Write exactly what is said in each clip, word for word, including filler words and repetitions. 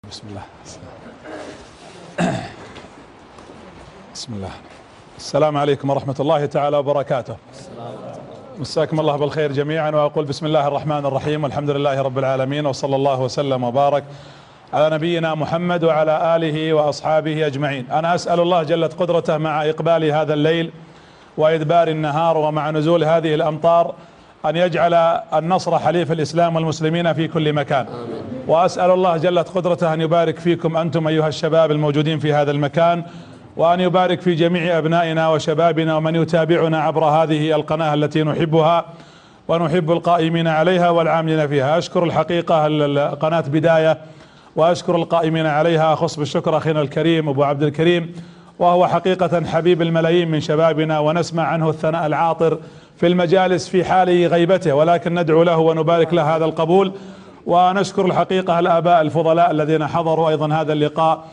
بسم الله. بسم الله. السلام عليكم ورحمة الله تعالى وبركاته. مساكم الله بالخير جميعا، وأقول بسم الله الرحمن الرحيم والحمد لله رب العالمين، وصلى الله وسلم وبارك على نبينا محمد وعلى آله وأصحابه أجمعين. أنا أسأل الله جلت قدرته مع إقبال هذا الليل وإدبار النهار ومع نزول هذه الأمطار أن يجعل النصر حليف الإسلام والمسلمين في كل مكان. آمين. وأسأل الله جلت قدرته أن يبارك فيكم أنتم أيها الشباب الموجودين في هذا المكان، وأن يبارك في جميع أبنائنا وشبابنا ومن يتابعنا عبر هذه القناة التي نحبها ونحب القائمين عليها والعاملين فيها. أشكر الحقيقة قناة بداية، وأشكر القائمين عليها، أخص بالشكر أخينا الكريم أبو عبد الكريم، وهو حقيقة حبيب الملايين من شبابنا، ونسمع عنه الثناء العاطر في المجالس في حال غيبته، ولكن ندعو له ونبارك له هذا القبول. ونشكر الحقيقة الآباء الفضلاء الذين حضروا أيضا هذا اللقاء،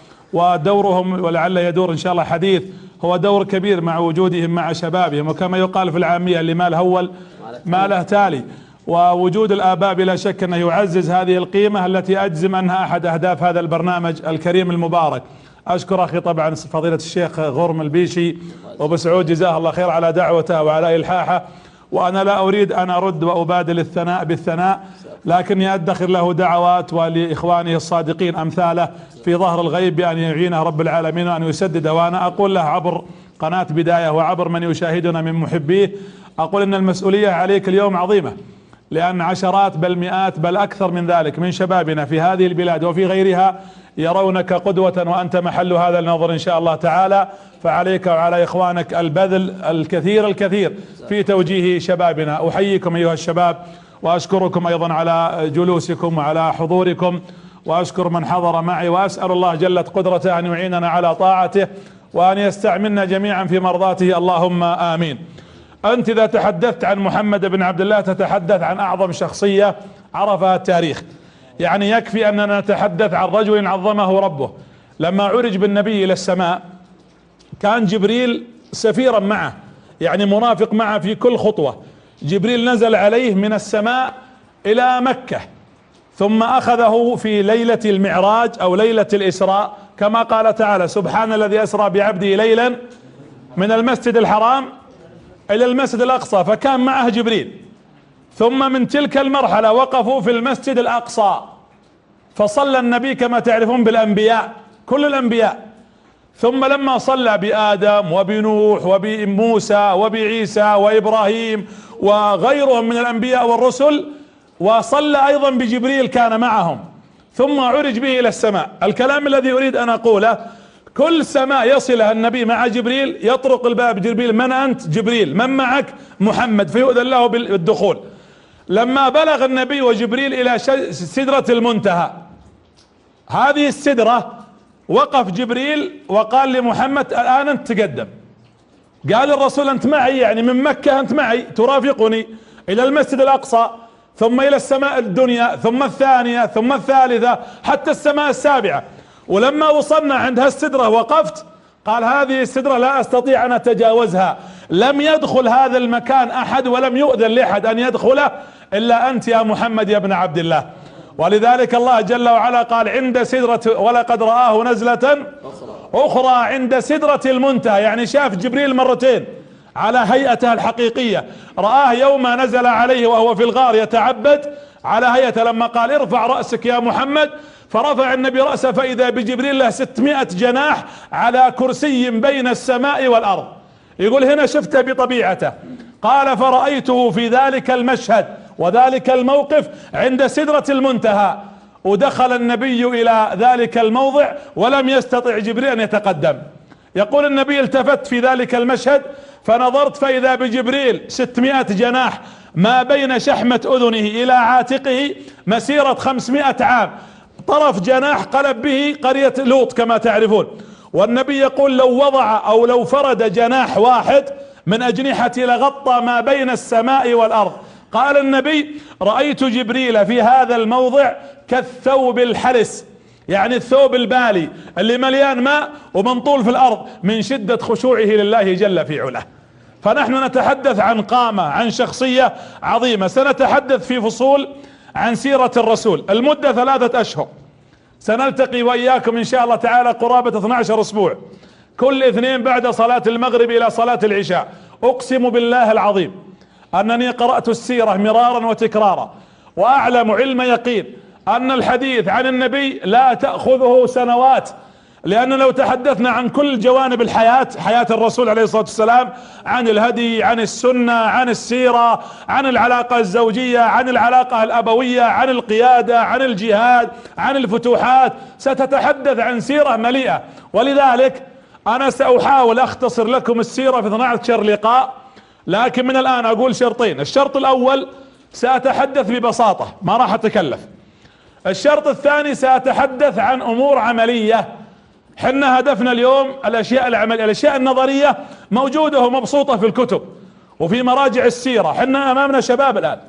ودورهم ولعل يدور إن شاء الله حديث هو دور كبير مع وجودهم مع شبابهم، وكما يقال في العامية اللي ما له أول ما له تالي. ووجود الآباء بلا شك أنه يعزز هذه القيمة التي أجزم أنها أحد أهداف هذا البرنامج الكريم المبارك. أشكر أخي طبعا فضيلة الشيخ غرم البيشي وأبو سعود جزاه الله خير على دعوته وعلى إلحاحه، وأنا لا أريد أن أرد وأبادل الثناء بالثناء، لكني أدخر له دعوات ولإخوانه الصادقين أمثاله في ظهر الغيب بأن يعينه رب العالمين وأن يسدده. وأنا أقول له عبر قناة بداية وعبر من يشاهدنا من محبيه، أقول إن المسؤولية عليك اليوم عظيمة، لأن عشرات بل مئات بل أكثر من ذلك من شبابنا في هذه البلاد وفي غيرها يرونك قدوة، وأنت محل هذا النظر إن شاء الله تعالى. فعليك وعلى إخوانك البذل الكثير الكثير في توجيه شبابنا. أحييكم أيها الشباب، وأشكركم أيضا على جلوسكم وعلى حضوركم، وأشكر من حضر معي، وأسأل الله جلت قدرته أن يعيننا على طاعته وأن يستعملنا جميعا في مرضاته، اللهم آمين. أنت إذا تحدثت عن محمد بن عبد الله تتحدث عن أعظم شخصية عرفها التاريخ. يعني يكفي أننا نتحدث عن رجل عظمه ربه. لما عرج بالنبي إلى السماء كان جبريل سفيرا معه، يعني مرافق معه في كل خطوة. جبريل نزل عليه من السماء إلى مكة، ثم أخذه في ليلة المعراج أو ليلة الإسراء، كما قال تعالى: سبحان الذي أسرى بعبده ليلا من المسجد الحرام إلى المسجد الأقصى، فكان معه جبريل. ثم من تلك المرحلة وقفوا في المسجد الأقصى، فصلى النبي كما تعرفون بالأنبياء كل الأنبياء. ثم لما صلى بآدم وبنوح وبموسى وبعيسى وإبراهيم وغيرهم من الأنبياء والرسل، وصلى أيضا بجبريل كان معهم، ثم عرج به إلى السماء. الكلام الذي أريد أن أقوله: كل سماء يصلها النبي مع جبريل يطرق الباب جبريل: من أنت؟ جبريل. من معك؟ محمد. فيؤذن له بالدخول. لما بلغ النبي وجبريل إلى سدرة المنتهى، هذه السدرة وقف جبريل وقال لمحمد: الآن أنت تقدم. قال الرسول: أنت معي، يعني من مكة أنت معي ترافقني إلى المسجد الأقصى، ثم إلى السماء الدنيا، ثم الثانية، ثم الثالثة، حتى السماء السابعة. ولما وصلنا عند هالسدرة وقفت، قال: هذه السدرة لا أستطيع أن أتجاوزها، لم يدخل هذا المكان أحد ولم يؤذن لأحد أن يدخله إلا أنت يا محمد يا ابن عبد الله. ولذلك الله جل وعلا قال: عند سدرة ولقد رآه نزلة أخرى عند سدرة المنتهى، يعني شاف جبريل مرتين على هيئته الحقيقية. رآه يوم نزل عليه وهو في الغار يتعبد على هيئته، لما قال: ارفع رأسك يا محمد، فرفع النبي رأسه فإذا بجبريل له ستمائة جناح على كرسي بين السماء والأرض. يقول هنا شفته بطبيعته. قال: فرأيته في ذلك المشهد وذلك الموقف عند سدرة المنتهى، ودخل النبي إلى ذلك الموضع ولم يستطع جبريل أن يتقدم. يقول النبي: التفت في ذلك المشهد فنظرت فإذا بجبريل ستمائة جناح ما بين شحمة أذنه إلى عاتقه مسيرة خمسمائة عام، طرف جناح قلب به قرية لوط كما تعرفون. والنبي يقول: لو وضع أو لو فرد جناح واحد من أجنحته لغطى ما بين السماء والأرض. قال النبي: رأيت جبريل في هذا الموضع كالثوب الحرس، يعني الثوب البالي اللي مليان ماء ومنطول في الأرض من شدة خشوعه لله جل في علاه. فنحن نتحدث عن قامة، عن شخصية عظيمة. سنتحدث في فصول عن سيرة الرسول، المدة ثلاثة أشهر، سنلتقي وإياكم إن شاء الله تعالى قرابة اثني عشر أسبوع، كل اثنين بعد صلاة المغرب إلى صلاة العشاء. أقسم بالله العظيم أنني قرأت السيرة مرارا وتكرارا، وأعلم علم يقين أن الحديث عن النبي لا تأخذه سنوات، لأننا لو تحدثنا عن كل جوانب الحياة، حياة الرسول عليه الصلاة والسلام، عن الهدي، عن السنة، عن السيرة، عن العلاقة الزوجية، عن العلاقة الأبوية، عن القيادة، عن الجهاد، عن الفتوحات، ستتحدث عن سيرة مليئة. ولذلك أنا سأحاول أختصر لكم السيرة في اثني عشر لقاء، لكن من الآن أقول شرطين. الشرط الأول سأتحدث ببساطة، ما راح أتكلف. الشرط الثاني سأتحدث عن أمور عملية. حنا هدفنا اليوم الاشياء العملية، الاشياء النظرية موجودة ومبسوطة في الكتب وفي مراجع السيرة. حنا امامنا شباب الان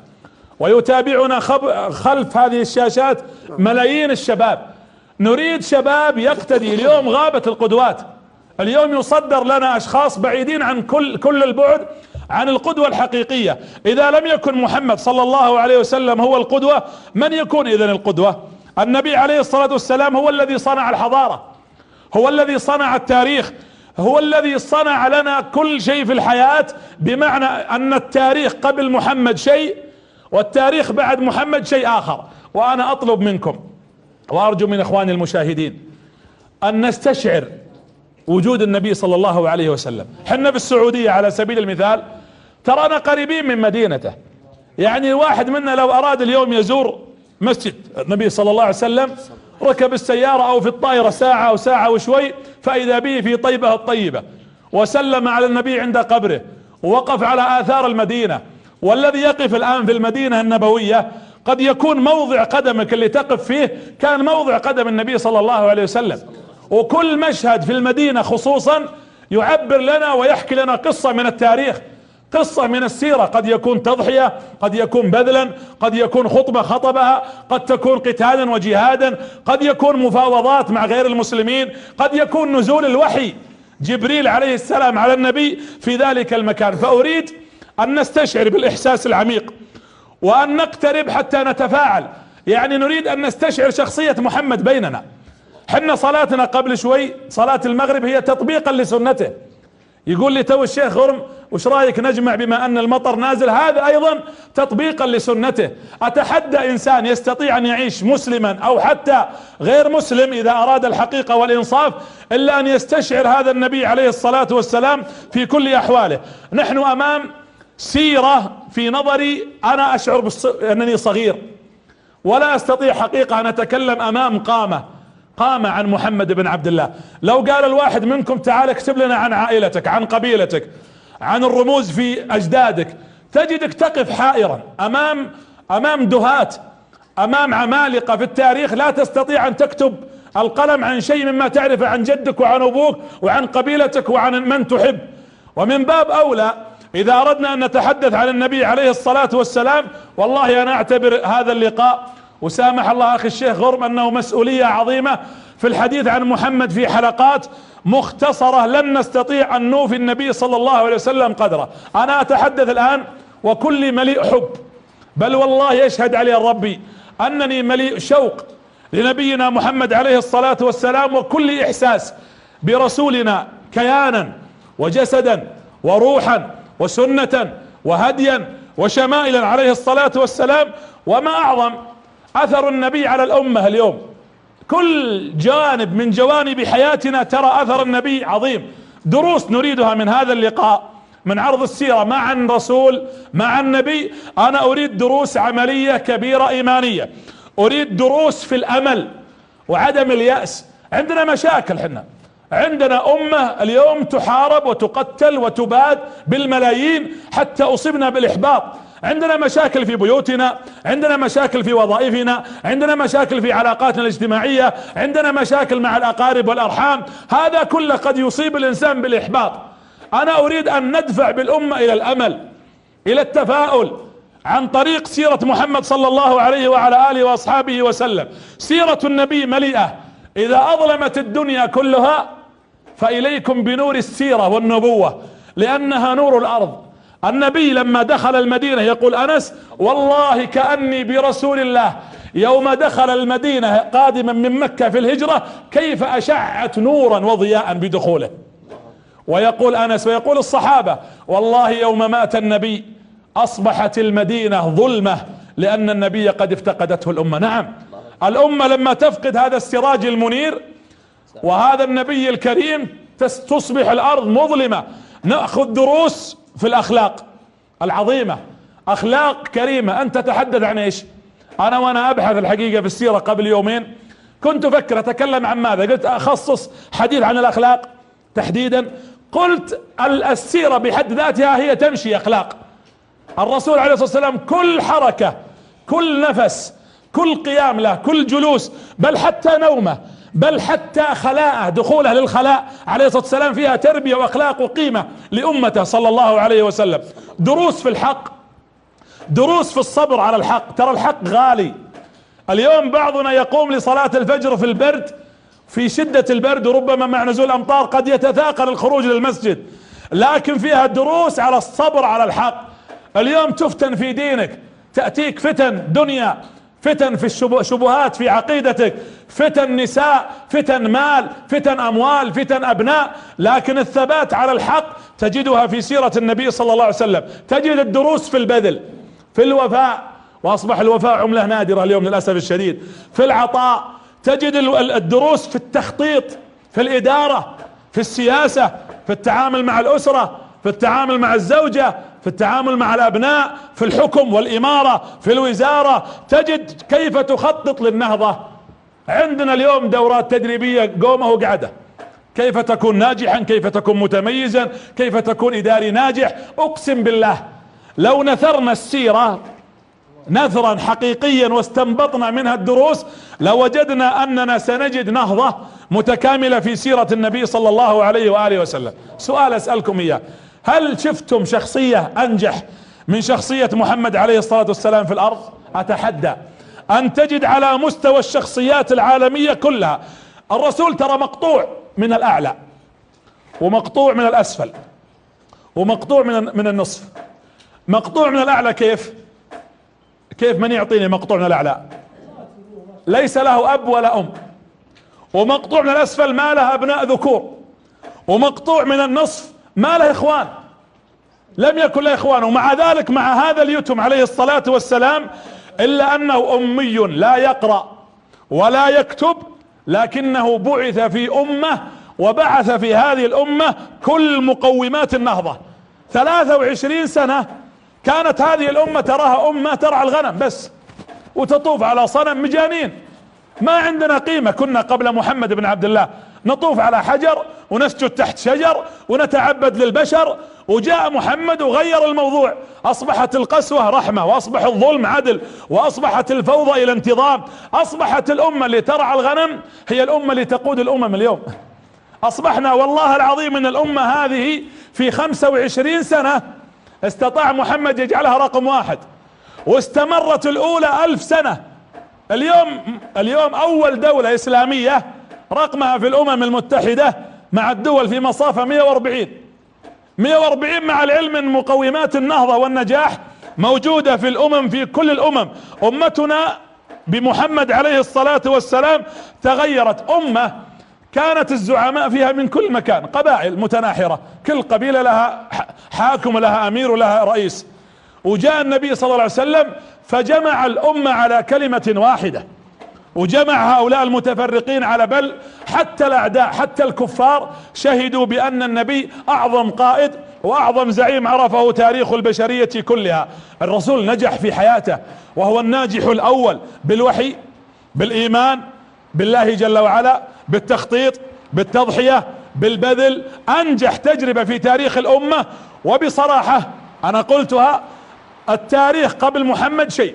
ويتابعنا خلف هذه الشاشات ملايين الشباب، نريد شباب يقتدي. اليوم غابت القدوات، اليوم يصدر لنا اشخاص بعيدين عن كل كل البعد عن القدوة الحقيقية. اذا لم يكن محمد صلى الله عليه وسلم هو القدوة، من يكون اذن القدوة؟ النبي عليه الصلاة والسلام هو الذي صنع الحضارة، هو الذي صنع التاريخ، هو الذي صنع لنا كل شيء في الحياة، بمعنى ان التاريخ قبل محمد شيء والتاريخ بعد محمد شيء اخر. وانا اطلب منكم وارجو من اخواني المشاهدين ان نستشعر وجود النبي صلى الله عليه وسلم. حنا بالسعودية على سبيل المثال ترانا قريبين من مدينته، يعني الواحد منا لو اراد اليوم يزور مسجد النبي صلى الله عليه وسلم ركب السيارة او في الطائرة ساعة او ساعة وشوي، فاذا به في طيبة الطيبة، وسلم على النبي عند قبره، ووقف على اثار المدينة. والذي يقف الان في المدينة النبوية قد يكون موضع قدمك اللي تقف فيه كان موضع قدم النبي صلى الله عليه وسلم. وكل مشهد في المدينة خصوصا يعبر لنا ويحكي لنا قصة من التاريخ، قصة من السيرة. قد يكون تضحية، قد يكون بذلا، قد يكون خطبة خطبها، قد تكون قتالا وجهادا، قد يكون مفاوضات مع غير المسلمين، قد يكون نزول الوحي جبريل عليه السلام على النبي في ذلك المكان. فأريد أن نستشعر بالإحساس العميق وأن نقترب حتى نتفاعل، يعني نريد أن نستشعر شخصية محمد بيننا. حنا صلاتنا قبل شوي صلاة المغرب هي تطبيقا لسنته. يقول لي تو الشيخ غرم وش رايك نجمع بما ان المطر نازل؟ هذا ايضا تطبيقا لسنته. اتحدى انسان يستطيع ان يعيش مسلما او حتى غير مسلم اذا اراد الحقيقة والانصاف الا ان يستشعر هذا النبي عليه الصلاة والسلام في كل احواله. نحن امام سيرة في نظري انا اشعر انني صغير ولا استطيع حقيقة ان اتكلم امام قامة قامة عن محمد بن عبد الله. لو قال الواحد منكم تعال اكتب لنا عن عائلتك، عن قبيلتك، عن الرموز في اجدادك، تجدك تقف حائرا امام امام دهات، امام عمالقة في التاريخ لا تستطيع ان تكتب القلم عن شيء مما تعرف عن جدك وعن ابوك وعن قبيلتك وعن من تحب. ومن باب اولى اذا اردنا ان نتحدث عن النبي عليه الصلاة والسلام، والله انا اعتبر هذا اللقاء وسامح الله اخي الشيخ غرم انه مسؤولية عظيمة في الحديث عن محمد في حلقات مختصرة لن نستطيع ان نوفي النبي صلى الله عليه وسلم قدره. انا اتحدث الان وكل مليء حب، بل والله يشهد علي ربي انني مليء شوق لنبينا محمد عليه الصلاة والسلام، وكل احساس برسولنا كيانا وجسدا وروحا وسنة وهديا وشمائلا عليه الصلاة والسلام. وما اعظم اثر النبي على الامة اليوم، كل جانب من جوانب حياتنا ترى اثر النبي عظيم. دروس نريدها من هذا اللقاء، من عرض السيرة مع الرسول مع النبي. انا اريد دروس عملية كبيرة ايمانية، اريد دروس في الامل وعدم اليأس. عندنا مشاكل، حنا عندنا امة اليوم تحارب وتقتل وتباد بالملايين حتى اصبنا بالاحباط. عندنا مشاكل في بيوتنا، عندنا مشاكل في وظائفنا، عندنا مشاكل في علاقاتنا الاجتماعية، عندنا مشاكل مع الاقارب والارحام. هذا كله قد يصيب الانسان بالاحباط. انا اريد ان ندفع بالامة الى الامل، الى التفاؤل عن طريق سيرة محمد صلى الله عليه وعلى اله واصحابه وسلم. سيرة النبي مليئة، اذا اظلمت الدنيا كلها فاليكم بنور السيرة والنبوة لانها نور الارض. النبي لما دخل المدينة يقول انس والله كأني برسول الله يوم دخل المدينة قادما من مكة في الهجرة كيف أشعت نورا وضياء بدخوله. ويقول أنس ويقول الصحابة والله يوم مات النبي أصبحت المدينة ظلمة لأن النبي قد افتقدته الأمة. نعم، الأمة لما تفقد هذا السراج المنير وهذا النبي الكريم تصبح الأرض مظلمة. نأخذ دروس في الأخلاق العظيمة، أخلاق كريمة. أنت تتحدث عن إيش؟ أنا وأنا أبحث الحقيقة في السيرة قبل يومين كنت أفكر أتكلم عن ماذا، قلت أخصص حديث عن الأخلاق تحديدا. قلت السيرة بحد ذاتها هي تمشي أخلاق. الرسول عليه الصلاة والسلام كل حركة، كل نفس، كل قيام له، كل جلوس، بل حتى نومه، بل حتى خلاءه، دخوله للخلاء عليه الصلاة والسلام فيها تربية واخلاق وقيمة لأمته صلى الله عليه وسلم. دروس في الحق، دروس في الصبر على الحق. ترى الحق غالي. اليوم بعضنا يقوم لصلاة الفجر في البرد، في شدة البرد وربما مع نزول الأمطار قد يتثاقل الخروج للمسجد، لكن فيها دروس على الصبر على الحق. اليوم تفتن في دينك، تأتيك فتن دنيا، فتن في الشبهات في عقيدتك، فتن نساء، فتن مال، فتن أموال، فتن أبناء، لكن الثبات على الحق تجدها في سيرة النبي صلى الله عليه وسلم. تجد الدروس في البذل، في الوفاء، وأصبح الوفاء عملة نادرة اليوم للأسف الشديد. في العطاء تجد الدروس في التخطيط، في الإدارة، في السياسة، في التعامل مع الأسرة، في التعامل مع الزوجة، في التعامل مع الأبناء، في الحكم والإمارة، في الوزارة. تجد كيف تخطط للنهضة. عندنا اليوم دورات تدريبية قومة وقعدة، كيف تكون ناجحا، كيف تكون متميزا، كيف تكون إداري ناجح. أقسم بالله لو نثرنا السيرة نثرا حقيقيا واستنبطنا منها الدروس لوجدنا أننا سنجد نهضة متكاملة في سيرة النبي صلى الله عليه وآله وسلم. سؤال أسألكم إياه، هل شفتم شخصية أنجح من شخصية محمد عليه الصلاة والسلام في الأرض؟ أتحدى أن تجد على مستوى الشخصيات العالمية كلها. الرسول ترى مقطوع من الأعلى ومقطوع من الأسفل ومقطوع من من النصف. مقطوع من الأعلى كيف؟ كيف؟ من يعطيني مقطوع من الأعلى؟ ليس له أب ولا أم. ومقطوع من الأسفل ما له أبناء ذكور. ومقطوع من النصف ما له إخوان، لم يكن له إخوان. ومع ذلك مع هذا اليتم عليه الصلاة والسلام إلا أنه أمي لا يقرأ ولا يكتب، لكنه بعث في أمة وبعث في هذه الأمة كل مقومات النهضة. ثلاثة وعشرين سنة كانت هذه الأمة تراها أمة ترعى الغنم بس وتطوف على صنم، مجانين، ما عندنا قيمة. كنا قبل محمد بن عبد الله نطوف على حجر ونسجد تحت شجر ونتعبد للبشر، وجاء محمد وغير الموضوع. أصبحت القسوة رحمة، وأصبح الظلم عدل، وأصبحت الفوضى إلى انتظام. أصبحت الأمة اللي ترعى الغنم هي الأمة اللي تقود الأمم اليوم. أصبحنا والله العظيم من الأمة هذه في خمسة وعشرين سنة استطاع محمد يجعلها رقم واحد، واستمرت الأولى ألف سنة. اليوم اليوم أول دولة إسلامية رقمها في الأمم المتحدة مع الدول في مصافة مئة وأربعين مئة وأربعين، مع العلم ان مقومات النهضة والنجاح موجودة في الأمم، في كل الأمم. أمتنا بمحمد عليه الصلاة والسلام تغيرت. أمة كانت الزعماء فيها من كل مكان، قبائل متناحرة، كل قبيلة لها حاكم ولها أمير ولها رئيس. وجاء النبي صلى الله عليه وسلم فجمع الأمة على كلمة واحدة، وجمع هؤلاء المتفرقين على بل حتى الأعداء حتى الكفار شهدوا بأن النبي أعظم قائد وأعظم زعيم عرفه تاريخ البشرية كلها. الرسول نجح في حياته، وهو الناجح الأول بالوحي، بالإيمان بالله جل وعلا، بالتخطيط، بالتضحية، بالبذل. أنجح تجربة في تاريخ الأمة. وبصراحة أنا قلتها، التاريخ قبل محمد شيء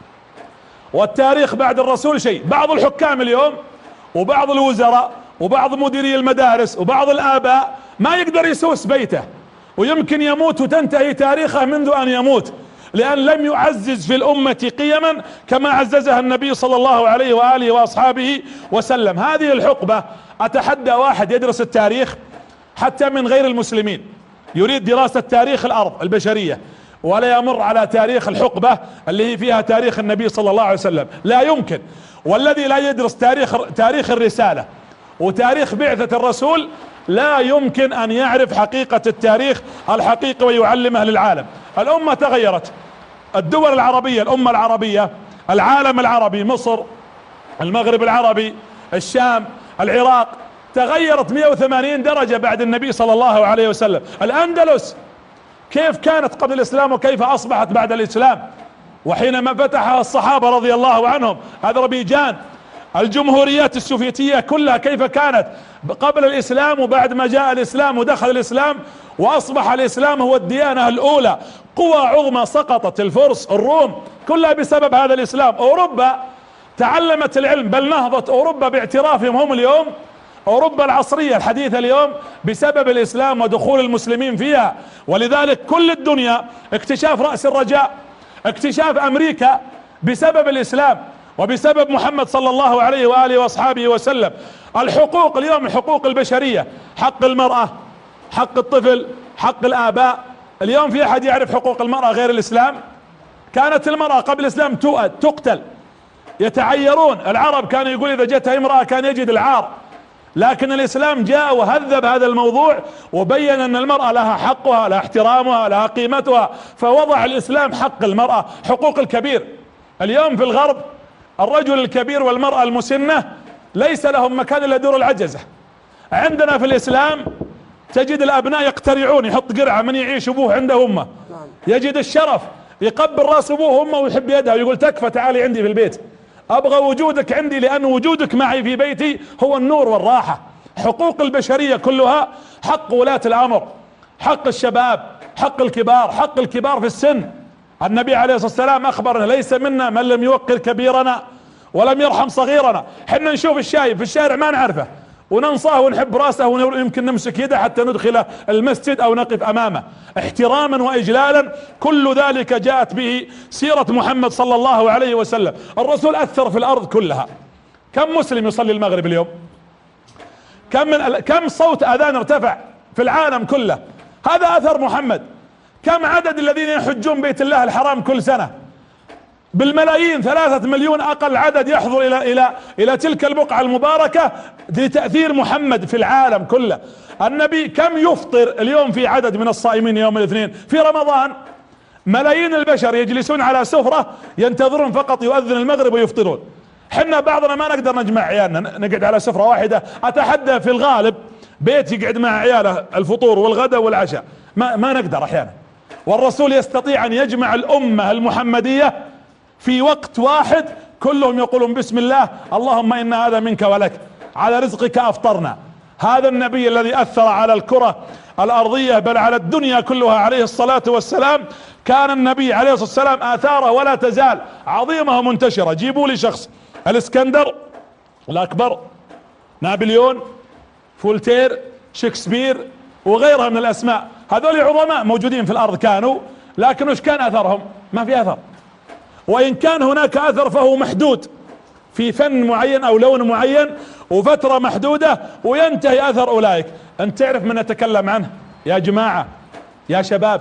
والتاريخ بعد الرسول شيء. بعض الحكام اليوم وبعض الوزراء وبعض مديري المدارس وبعض الآباء ما يقدر يسوس بيته، ويمكن يموت وتنتهي تاريخه منذ أن يموت، لأن لم يعزز في الأمة قيما كما عززها النبي صلى الله عليه وآله وأصحابه وسلم. هذه الحقبة أتحدى واحد يدرس التاريخ حتى من غير المسلمين، يريد دراسة تاريخ الأرض البشرية، ولا يمر على تاريخ الحقبة اللي هي فيها تاريخ النبي صلى الله عليه وسلم، لا يمكن. والذي لا يدرس تاريخ تاريخ الرسالة وتاريخ بعثة الرسول لا يمكن ان يعرف حقيقة التاريخ الحقيقي ويعلمه للعالم. الامة تغيرت، الدول العربية، الامة العربية، العالم العربي، مصر، المغرب العربي، الشام، العراق، تغيرت مئة وثمانين درجة بعد النبي صلى الله عليه وسلم. الأندلس كيف كانت قبل الإسلام وكيف أصبحت بعد الإسلام، وحينما فتحها الصحابة رضي الله عنهم. أذربيجان، الجمهوريات السوفيتية كلها كيف كانت قبل الإسلام وبعد ما جاء الإسلام ودخل الإسلام وأصبح الإسلام هو الديانة الأولى. قوى عظمى سقطت، الفرس، الروم، كلها بسبب هذا الإسلام. أوروبا تعلمت العلم، بل نهضت أوروبا باعترافهم هم اليوم، أوروبا العصرية الحديثة اليوم، بسبب الإسلام ودخول المسلمين فيها. ولذلك كل الدنيا اكتشاف رأس الرجاء، اكتشاف أمريكا بسبب الإسلام وبسبب محمد صلى الله عليه وآله وأصحابه وسلم. الحقوق اليوم، الحقوق البشرية، حق المرأة، حق الطفل، حق الآباء. اليوم في أحد يعرف حقوق المرأة غير الإسلام؟ كانت المرأة قبل الإسلام تؤد، تقتل، يتعيرون. العرب كانوا يقول إذا جتها امرأة كان يجد العار، لكن الإسلام جاء وهذب هذا الموضوع وبين أن المرأة لها حقها، لها احترامها، لها قيمتها. فوضع الإسلام حق المرأة، حقوق الكبير. اليوم في الغرب الرجل الكبير والمرأة المسنة ليس لهم مكان إلا دور العجزة. عندنا في الإسلام تجد الأبناء يقترعون، يحط قرعة من يعيش أبوه عنده أمه، يجد الشرف يقبل راس أبوه وأمه ويحب يدها ويقول تكفى تعالي عندي في البيت، أبغى وجودك عندي لأن وجودك معي في بيتي هو النور والراحة. حقوق البشرية كلها حق ولاة الأمر، حق الشباب، حق الكبار، حق الكبار في السن. النبي عليه الصلاة والسلام أخبرنا ليس منا من لم يوقر كبيرنا ولم يرحم صغيرنا. حنا نشوف الشايب في الشارع ما نعرفه وننصاه ونحب راسه ويمكن نمسك يده حتى ندخله المسجد أو نقف أمامه احتراما وإجلالا. كل ذلك جاءت به سيرة محمد صلى الله عليه وسلم. الرسول أثر في الأرض كلها. كم مسلم يصلي المغرب اليوم؟ كم من كم صوت أذان ارتفع في العالم كله؟ هذا أثر محمد. كم عدد الذين يحجون بيت الله الحرام كل سنة؟ بالملايين، ثلاثة مليون أقل عدد يحضر إلى إلى إلى تلك البقعة المباركة لتأثير محمد في العالم كله. النبي كم يفطر اليوم في عدد من الصائمين يوم الاثنين في رمضان؟ ملايين البشر يجلسون على سفرة ينتظرون فقط يؤذن المغرب ويفطرون. حنا بعضنا ما نقدر نجمع عيالنا نقعد على سفرة واحدة. أتحدى في الغالب بيت يقعد مع عياله الفطور والغداء والعشاء، ما ما نقدر أحيانا. والرسول يستطيع أن يجمع الأمة المحمدية في وقت واحد كلهم يقولون بسم الله اللهم إن هذا منك ولك على رزقك أفطرنا. هذا النبي الذي أثر على الكرة الأرضية بل على الدنيا كلها عليه الصلاة والسلام. كان النبي عليه الصلاة والسلام آثاره ولا تزال عظيمة ومنتشرة. جيبوا لي شخص، الاسكندر الأكبر، نابليون، فولتير، شكسبير وغيرها من الأسماء، هذول عظماء موجودين في الأرض كانوا، لكن وش كان أثرهم؟ ما في أثر. وإن كان هناك أثر فهو محدود في فن معين أو لون معين وفترة محدودة وينتهي أثر أولئك. أنت تعرف من نتكلم عنه يا جماعة، يا شباب،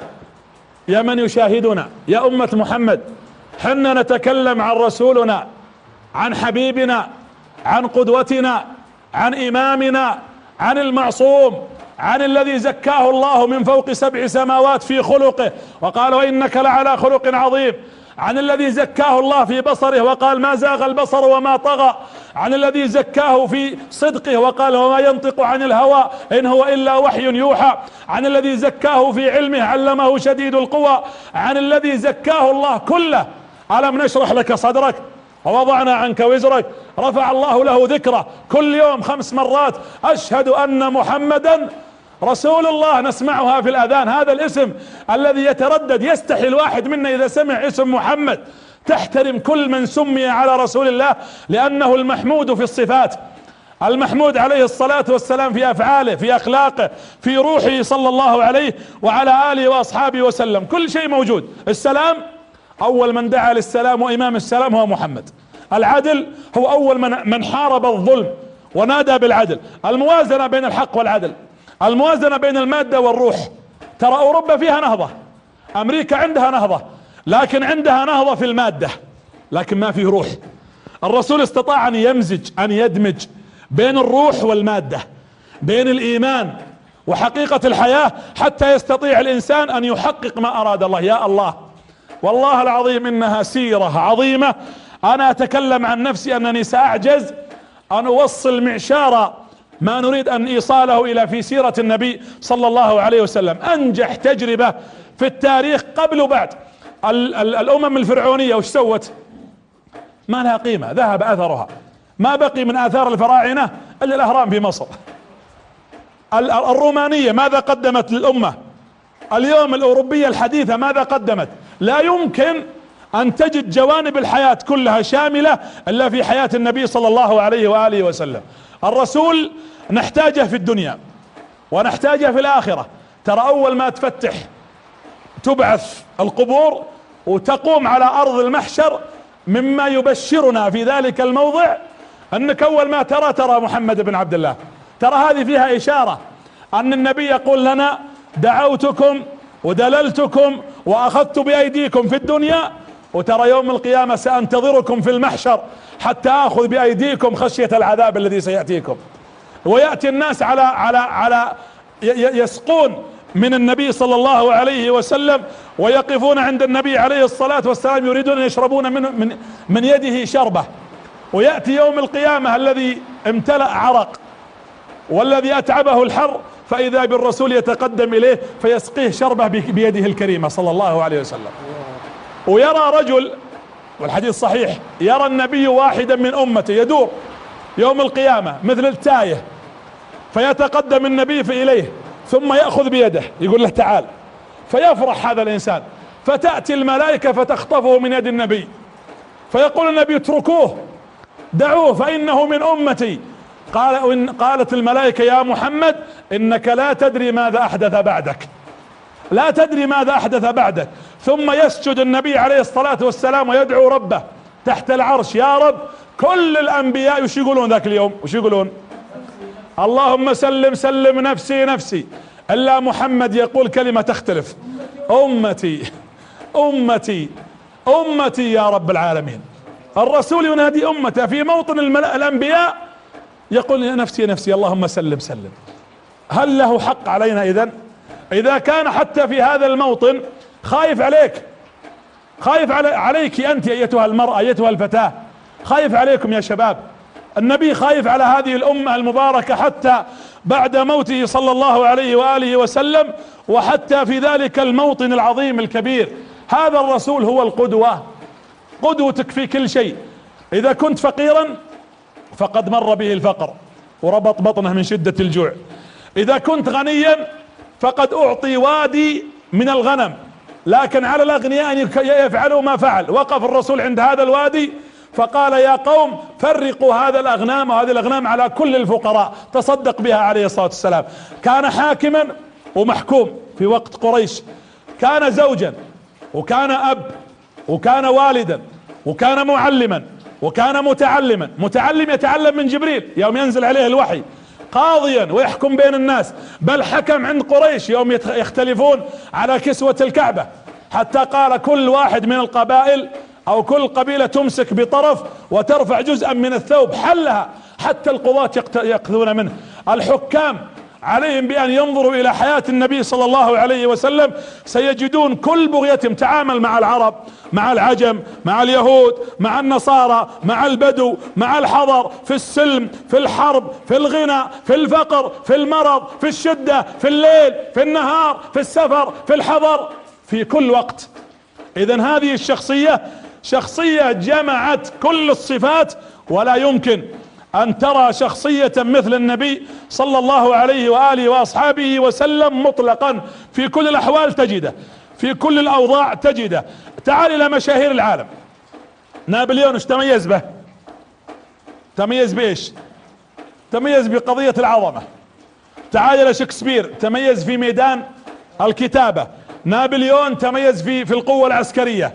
يا من يشاهدنا، يا أمة محمد؟ حنا نتكلم عن رسولنا، عن حبيبنا، عن قدوتنا، عن إمامنا، عن المعصوم، عن الذي زكاه الله من فوق سبع سماوات في خلقه وقال وإنك لعلى خلق عظيم، عن الذي زكاه الله في بصره وقال ما زاغ البصر وما طغى، عن الذي زكاه في صدقه وقال وما ينطق عن الهوى إن هو إلا وحي يوحى، عن الذي زكاه في علمه علمه شديد القوى، عن الذي زكاه الله كله. ألم نشرح لك صدرك ووضعنا عنك وزرك، رفع الله له ذكره. كل يوم خمس مرات أشهد أن محمدا رسول الله نسمعها في الأذان. هذا الاسم الذي يتردد، يستحي الواحد منا إذا سمع اسم محمد. تحترم كل من سمي على رسول الله لأنه المحمود في الصفات، المحمود عليه الصلاة والسلام في أفعاله، في أخلاقه، في روحه صلى الله عليه وعلى آله وأصحابه وسلم. كل شيء موجود. السلام، أول من دعا للسلام وإمام السلام هو محمد. العدل، هو أول من من حارب الظلم ونادى بالعدل. الموازنة بين الحق والعدل، الموازنة بين المادة والروح. ترى أوروبا فيها نهضة، امريكا عندها نهضة، لكن عندها نهضة في المادة لكن ما فيه روح. الرسول استطاع ان يمزج ان يدمج بين الروح والمادة، بين الايمان وحقيقة الحياة، حتى يستطيع الانسان ان يحقق ما اراد الله. يا الله والله العظيم انها سيرة عظيمة. انا اتكلم عن نفسي انني ساعجز ان اوصل معشار ما نريد ان ايصاله الى في سيرة النبي صلى الله عليه وسلم. انجح تجربة في التاريخ قبل وبعد. ال ال الامم الفرعونية وش سوت؟ ما لها قيمة، ذهب اثرها، ما بقي من اثار الفراعنة الا الاهرام في مصر. الرومانية ماذا قدمت للامة؟ اليوم الاوروبية الحديثة ماذا قدمت؟ لا يمكن ان تجد جوانب الحياة كلها شاملة الا في حياة النبي صلى الله عليه وآله وسلم. الرسول نحتاجه في الدنيا ونحتاجه في الاخرة. ترى اول ما تفتح تبعث القبور وتقوم على ارض المحشر، مما يبشرنا في ذلك الموضع انك اول ما ترى ترى محمد بن عبد الله. ترى هذه فيها اشارة ان النبي يقول لنا دعوتكم ودللتكم واخذت بايديكم في الدنيا، وترى يوم القيامة سانتظركم في المحشر حتى اخذ بايديكم خشية العذاب الذي سيأتيكم. ويأتي الناس على على على يسقون من النبي صلى الله عليه وسلم ويقفون عند النبي عليه الصلاة والسلام يريدون ان يشربون من من من يده شربة. ويأتي يوم القيامة الذي امتلأ عرق والذي اتعبه الحر، فاذا بالرسول يتقدم اليه فيسقيه شربة بيده الكريمة صلى الله عليه وسلم. ويرى رجل، والحديث صحيح، يرى النبي واحدا من امته يدور يوم القيامة مثل التايه، فيتقدم النبي في اليه ثم يأخذ بيده يقول له تعال، فيفرح هذا الانسان، فتأتي الملائكة فتخطفه من يد النبي، فيقول النبي اتركوه دعوه فانه من امتي. قال قالت الملائكة يا محمد انك لا تدري ماذا احدث بعدك، لا تدري ماذا احدث بعدك. ثم يسجد النبي عليه الصلاة والسلام ويدعو ربه تحت العرش، يا رب كل الانبياء وش يقولون ذاك اليوم؟ وش يقولون؟ اللهم سلم سلم نفسي نفسي، الا محمد يقول كلمة تختلف، امتي امتي امتي يا رب العالمين. الرسول ينادي امته في موطن الانبياء يقول يا نفسي نفسي اللهم سلم سلم. هل له حق علينا اذن؟ اذا كان حتى في هذا الموطن خايف عليك، خايف علي عليك انت ايتها المرأة ايتها الفتاة، خايف عليكم يا شباب. النبي خايف على هذه الامة المباركة حتى بعد موته صلى الله عليه وآله وسلم، وحتى في ذلك الموطن العظيم الكبير. هذا الرسول هو القدوة، قدوتك في كل شيء. اذا كنت فقيرا فقد مر به الفقر وربط بطنه من شدة الجوع. اذا كنت غنيا فقد اعطي وادي من الغنم، لكن على الاغنياء ان يفعلوا ما فعل. وقف الرسول عند هذا الوادي فقال يا قوم فرقوا هذا الاغنام وهذه الاغنام على كل الفقراء، تصدق بها عليه الصلاة والسلام. كان حاكما ومحكوم في وقت قريش، كان زوجا وكان اب وكان والدا وكان معلما وكان متعلما. متعلم يتعلم من جبريل يوم ينزل عليه الوحي، قاضيا ويحكم بين الناس، بل حكم عند قريش يوم يختلفون على كسوة الكعبة، حتى قال كل واحد من القبائل او كل قبيلة تمسك بطرف وترفع جزءا من الثوب حلها، حتى القضاة يأخذون منه. الحكام عليهم بأن ينظروا إلى حياة النبي صلى الله عليه وسلم، سيجدون كل بغيتهم تعامل مع العرب، مع العجم، مع اليهود، مع النصارى، مع البدو، مع الحضر، في السلم، في الحرب، في الغنى، في الفقر، في المرض، في الشدة، في الليل، في النهار، في السفر، في الحضر، في كل وقت. إذن هذه الشخصية شخصية جمعت كل الصفات، ولا يمكن ان ترى شخصية مثل النبي صلى الله عليه وآله واصحابه وسلم مطلقا، في كل الاحوال تجده، في كل الاوضاع تجده. تعال الى مشاهير العالم. نابليون ايش تميز به؟ تميز بايش؟ تميز بقضية العظمة. تعال الى شكسبير، تميز في ميدان الكتابة. نابليون تميز في في القوة العسكرية.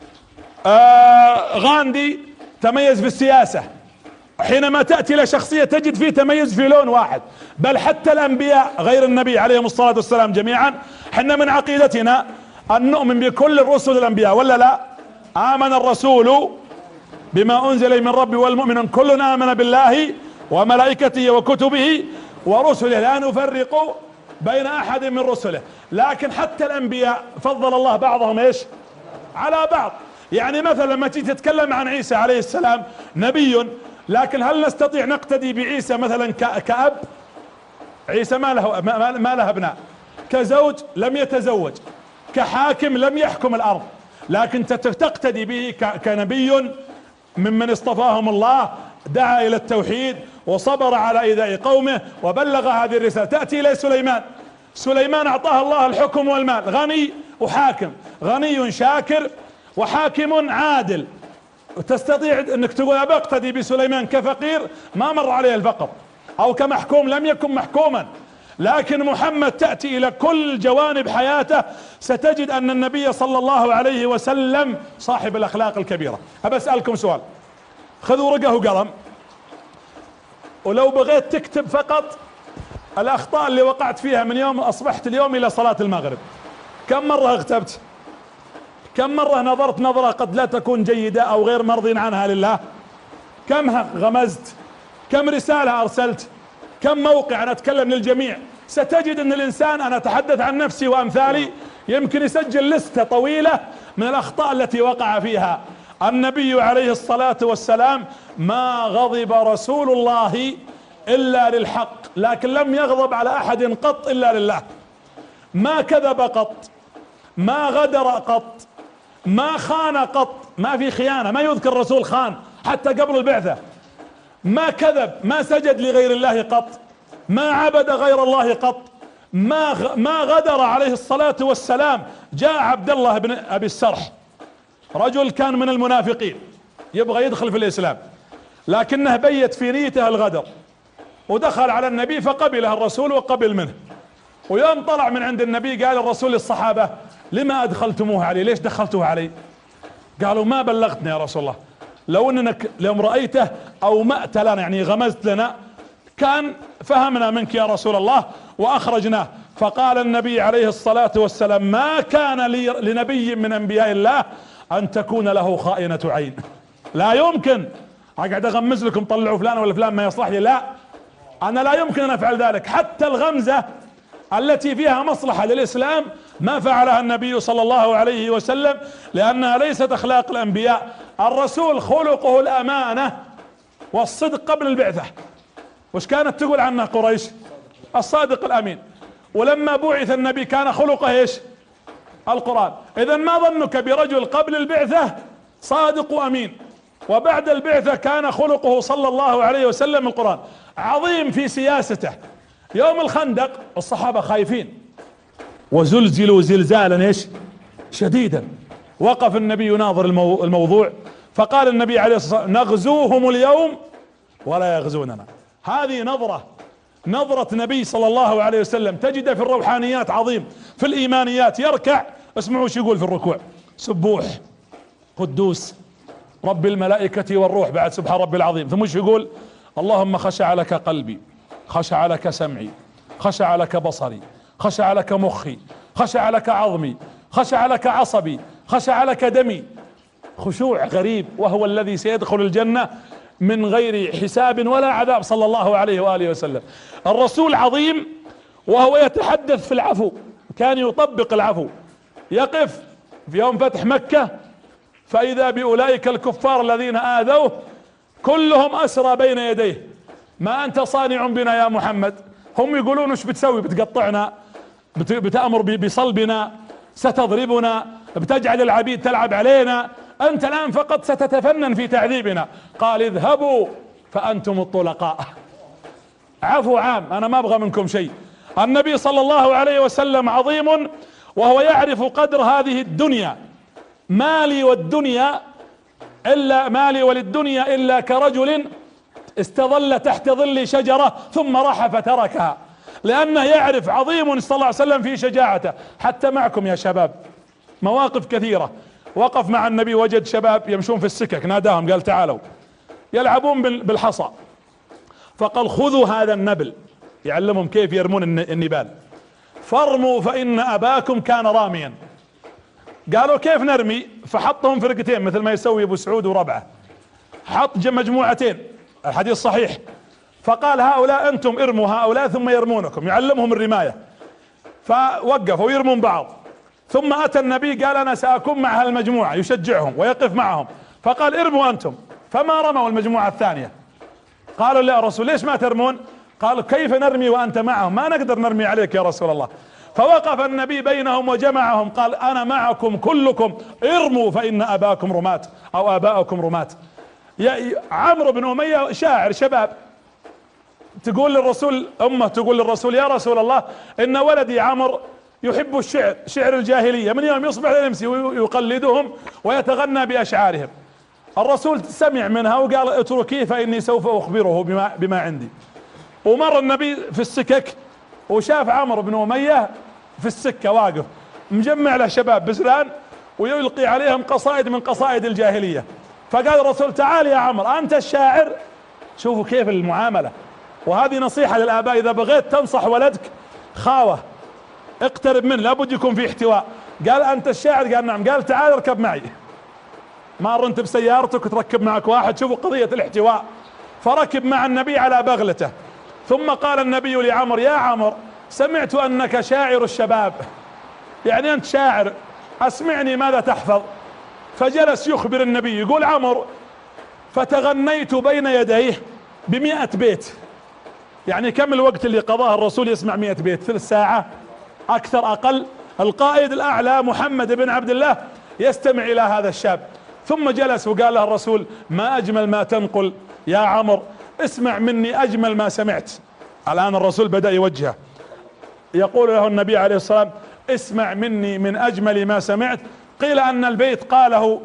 آه غاندي تميز في السياسة. حينما تأتي إلى شخصية تجد فيه تميز في لون واحد. بل حتى الأنبياء غير النبي عليهم الصلاة والسلام جميعا، حنا من عقيدتنا أن نؤمن بكل الرسل والأنبياء ولا لا؟ آمن الرسول بما أنزل من ربه والمؤمنون كل آمن بالله وملائكته وكتبه ورسله لا نفرق بين أحد من رسله. لكن حتى الأنبياء فضل الله بعضهم ايش على بعض. يعني مثلا لما تيجي تتكلم عن عيسى عليه السلام نبي، لكن هل نستطيع نقتدي بعيسى مثلا كأب؟ عيسى ما له ما له ابناء، كزوج لم يتزوج، كحاكم لم يحكم الارض، لكن تقتدي به كنبي ممن اصطفاهم الله، دعا الى التوحيد وصبر على ايذاء قومه وبلغ هذه الرسالة. تأتي الى سليمان، سليمان اعطاه الله الحكم والمال، غني وحاكم، غني شاكر وحاكم عادل. تستطيع انك تقول ابى اقتدي بسليمان كفقير ما مر عليه الفقر، او كمحكوم لم يكن محكوما. لكن محمد تأتي الى كل جوانب حياته ستجد ان النبي صلى الله عليه وسلم صاحب الاخلاق الكبيرة. ابى اسألكم سؤال، خذوا ورقة وقلم، ولو بغيت تكتب فقط الاخطاء اللي وقعت فيها من يوم اصبحت اليوم الى صلاة المغرب. كم مرة اغتبت؟ كم مرة نظرت نظرة قد لا تكون جيدة او غير مرضي عنها لله؟ كم غمزت؟ كم رسالة ارسلت؟ كم موقع؟ انا اتكلم للجميع. ستجد ان الانسان، انا اتحدث عن نفسي وامثالي، يمكن يسجل لستة طويلة من الاخطاء التي وقع فيها. النبي عليه الصلاة والسلام ما غضب رسول الله الا للحق، لكن لم يغضب على احد قط الا لله. ما كذب قط، ما غدر قط، ما خان قط، ما في خيانة، ما يذكر الرسول خان حتى قبل البعثة. ما كذب، ما سجد لغير الله قط، ما عبد غير الله قط، ما غ... ما غدر عليه الصلاة والسلام. جاء عبد الله بن ابي السرح، رجل كان من المنافقين يبغى يدخل في الاسلام، لكنه بيت في نيته الغدر، ودخل على النبي فقبله الرسول وقبل منه. ويوم طلع من عند النبي قال الرسول للصحابة لما ادخلتموه علي؟ ليش دخلتوه علي؟ قالوا ما بلغتنا يا رسول الله، لو انك لو رأيته او مأت لنا يعني غمزت لنا كان فهمنا منك يا رسول الله واخرجناه. فقال النبي عليه الصلاة والسلام ما كان لي لنبي من انبياء الله ان تكون له خائنة عين. لا يمكن اقعد اغمز لكم طلعوا فلان ولا فلان ما يصلح لي، لا، انا لا يمكن ان افعل ذلك. حتى الغمزة التي فيها مصلحة للإسلام ما فعلها النبي صلى الله عليه وسلم، لأنها ليست أخلاق الأنبياء. الرسول خلقه الأمانة والصدق قبل البعثة. وش كانت تقول عنه قريش؟ الصادق الأمين. ولما بعث النبي كان خلقه ايش؟ القرآن. إذا ما ظنك برجل قبل البعثة صادق وأمين، وبعد البعثة كان خلقه صلى الله عليه وسلم القرآن. عظيم في سياسته. يوم الخندق الصحابة خايفين وزلزلوا زلزالا ايش شديدا، وقف النبي يناظر المو... الموضوع، فقال النبي عليه الصلاة والسلام نغزوهم اليوم ولا يغزوننا. هذه نظرة نظرة نبي صلى الله عليه وسلم تجد في الروحانيات عظيم، في الإيمانيات يركع، اسمعوا شو يقول في الركوع: سبوح قدوس رب الملائكة والروح، بعد سبحان ربي العظيم، ثم شو يقول؟ اللهم خشع لك قلبي، خشع لك سمعي، خشع لك بصري، خشع لك مخي، خشع لك عظمي، خشع لك عصبي، خشع لك دمي. خشوع غريب، وهو الذي سيدخل الجنة من غير حساب ولا عذاب صلى الله عليه وآله وسلم. الرسول عظيم وهو يتحدث في العفو، كان يطبق العفو. يقف في يوم فتح مكة فإذا بأولئك الكفار الذين آذوه كلهم أسرى بين يديه، ما أنت صانع بنا يا محمد؟ هم يقولون ايش بتسوي؟ بتقطعنا، بتأمر بصلبنا، ستضربنا، بتجعل العبيد تلعب علينا، أنت الآن فقط ستتفنن في تعذيبنا. قال اذهبوا فأنتم الطلقاء. عفو عام، أنا ما أبغى منكم شيء. النبي صلى الله عليه وسلم عظيم وهو يعرف قدر هذه الدنيا. مالي والدنيا إلا مالي وللدنيا إلا كرجل استظل تحت ظل شجرة ثم راح فتركها، لأنه يعرف عظيم صلى الله عليه وسلم في شجاعته. حتى معكم يا شباب مواقف كثيرة، وقف مع النبي وجد شباب يمشون في السكك، ناداهم قال تعالوا، يلعبون بالحصى، فقال خذوا هذا النبل، يعلمهم كيف يرمون النبال، فارموا فإن أباكم كان راميا. قالوا كيف نرمي؟ فحطهم فرقتين مثل ما يسوي ابو سعود وربعه، حط مجموعتين، الحديث صحيح. فقال هؤلاء انتم ارموا هؤلاء ثم يرمونكم، يعلمهم الرماية. فوقفوا يرمون بعض، ثم اتى النبي قال انا ساكون مع هالمجموعة يشجعهم ويقف معهم، فقال ارموا انتم، فما رموا المجموعة الثانية. قالوا لا يا رسول ليش ما ترمون؟ قالوا كيف نرمي وانت معهم؟ ما نقدر نرمي عليك يا رسول الله. فوقف النبي بينهم وجمعهم قال انا معكم كلكم ارموا فان اباكم رماة او اباءكم رماة. يا عمرو بن امية شاعر شباب، تقول للرسول امه تقول للرسول يا رسول الله ان ولدي عمرو يحب الشعر، شعر الجاهلية، من يوم يصبح يمسي ويقلدهم ويتغنى باشعارهم. الرسول سمع منها وقال اتركيه فاني سوف اخبره بما, بما عندي. ومر النبي في السكك وشاف عمرو بن امية في السكة واقف مجمع له شباب بزران ويلقي عليهم قصائد من قصائد الجاهلية. فقال الرسول تعال يا عمرو انت الشاعر. شوفوا كيف المعاملة. وهذه نصيحة للآباء، إذا بغيت تنصح ولدك خاوة اقترب منه، لابد يكون في احتواء. قال أنت الشاعر؟ قال نعم. قال تعال اركب معي. مر أنت بسيارتك وتركب معك واحد. شوفوا قضية الاحتواء. فركب مع النبي على بغلته، ثم قال النبي لعمر يا عمر سمعت أنك شاعر الشباب، يعني أنت شاعر، أسمعني ماذا تحفظ. فجلس يخبر النبي. يقول عمر فتغنيت بين يديه بمئة بيت. يعني كم الوقت اللي قضاه الرسول يسمع مئة بيت؟ ثلث ساعة أكثر أقل. القائد الأعلى محمد بن عبد الله يستمع إلى هذا الشاب. ثم جلس وقال له الرسول ما أجمل ما تنقل يا عمر، اسمع مني أجمل ما سمعت. الآن الرسول بدأ يوجهه، يقول له النبي عليه الصلاة والسلام اسمع مني من أجمل ما سمعت. قيل أن البيت قاله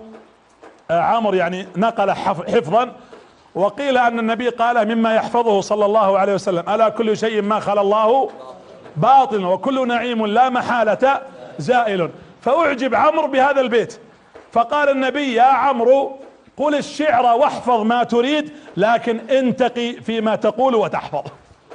عمر يعني نقل حفظا، وقيل أن النبي قال مما يحفظه صلى الله عليه وسلم ألا كل شيء ما خلا الله باطل وكل نعيم لا محالة زائل. فأعجب عمرو بهذا البيت، فقال النبي يا عمرو قل الشعر واحفظ ما تريد لكن انتقي فيما تقول وتحفظ.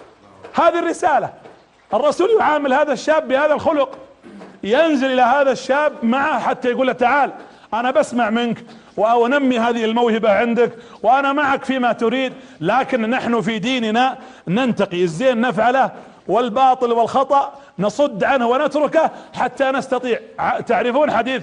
هذه الرسالة. الرسول يعامل هذا الشاب بهذا الخلق، ينزل إلى هذا الشاب معه حتى يقول له تعال أنا بسمع منك وأنمي هذه الموهبة عندك وأنا معك فيما تريد، لكن نحن في ديننا ننتقي، الزين نفعله والباطل والخطأ نصد عنه ونتركه حتى نستطيع. تعرفون حديث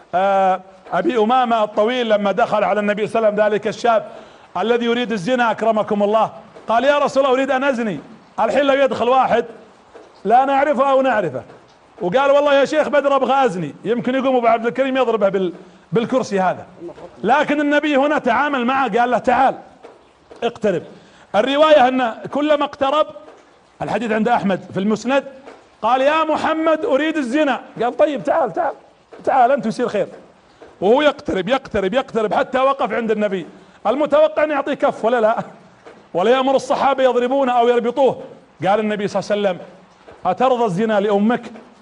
أبي أمامة الطويل لما دخل على النبي صلى الله عليه وسلم ذلك الشاب الذي يريد الزنا أكرمكم الله، قال يا رسول الله أريد أن أزني. الحين لو يدخل واحد لا نعرفه أو نعرفه وقال والله يا شيخ بدر أبغى أزني، يمكن يقوم أبو عبد الكريم يضربه بال بالكرسي هذا. لكن النبي هنا تعامل معه، قال له تعال اقترب. الرواية أن كلما اقترب، الحديث عند أحمد في المسند، قال يا محمد أريد الزنا. قال طيب تعال تعال تعال أنت يصير خير. وهو يقترب يقترب يقترب حتى وقف عند النبي. المتوقع أن يعطيه كف ولا لا، ولا يأمر الصحابة يضربونه أو يربطوه. قال النبي صلى الله عليه وسلم أترضى الزنا لأمك؟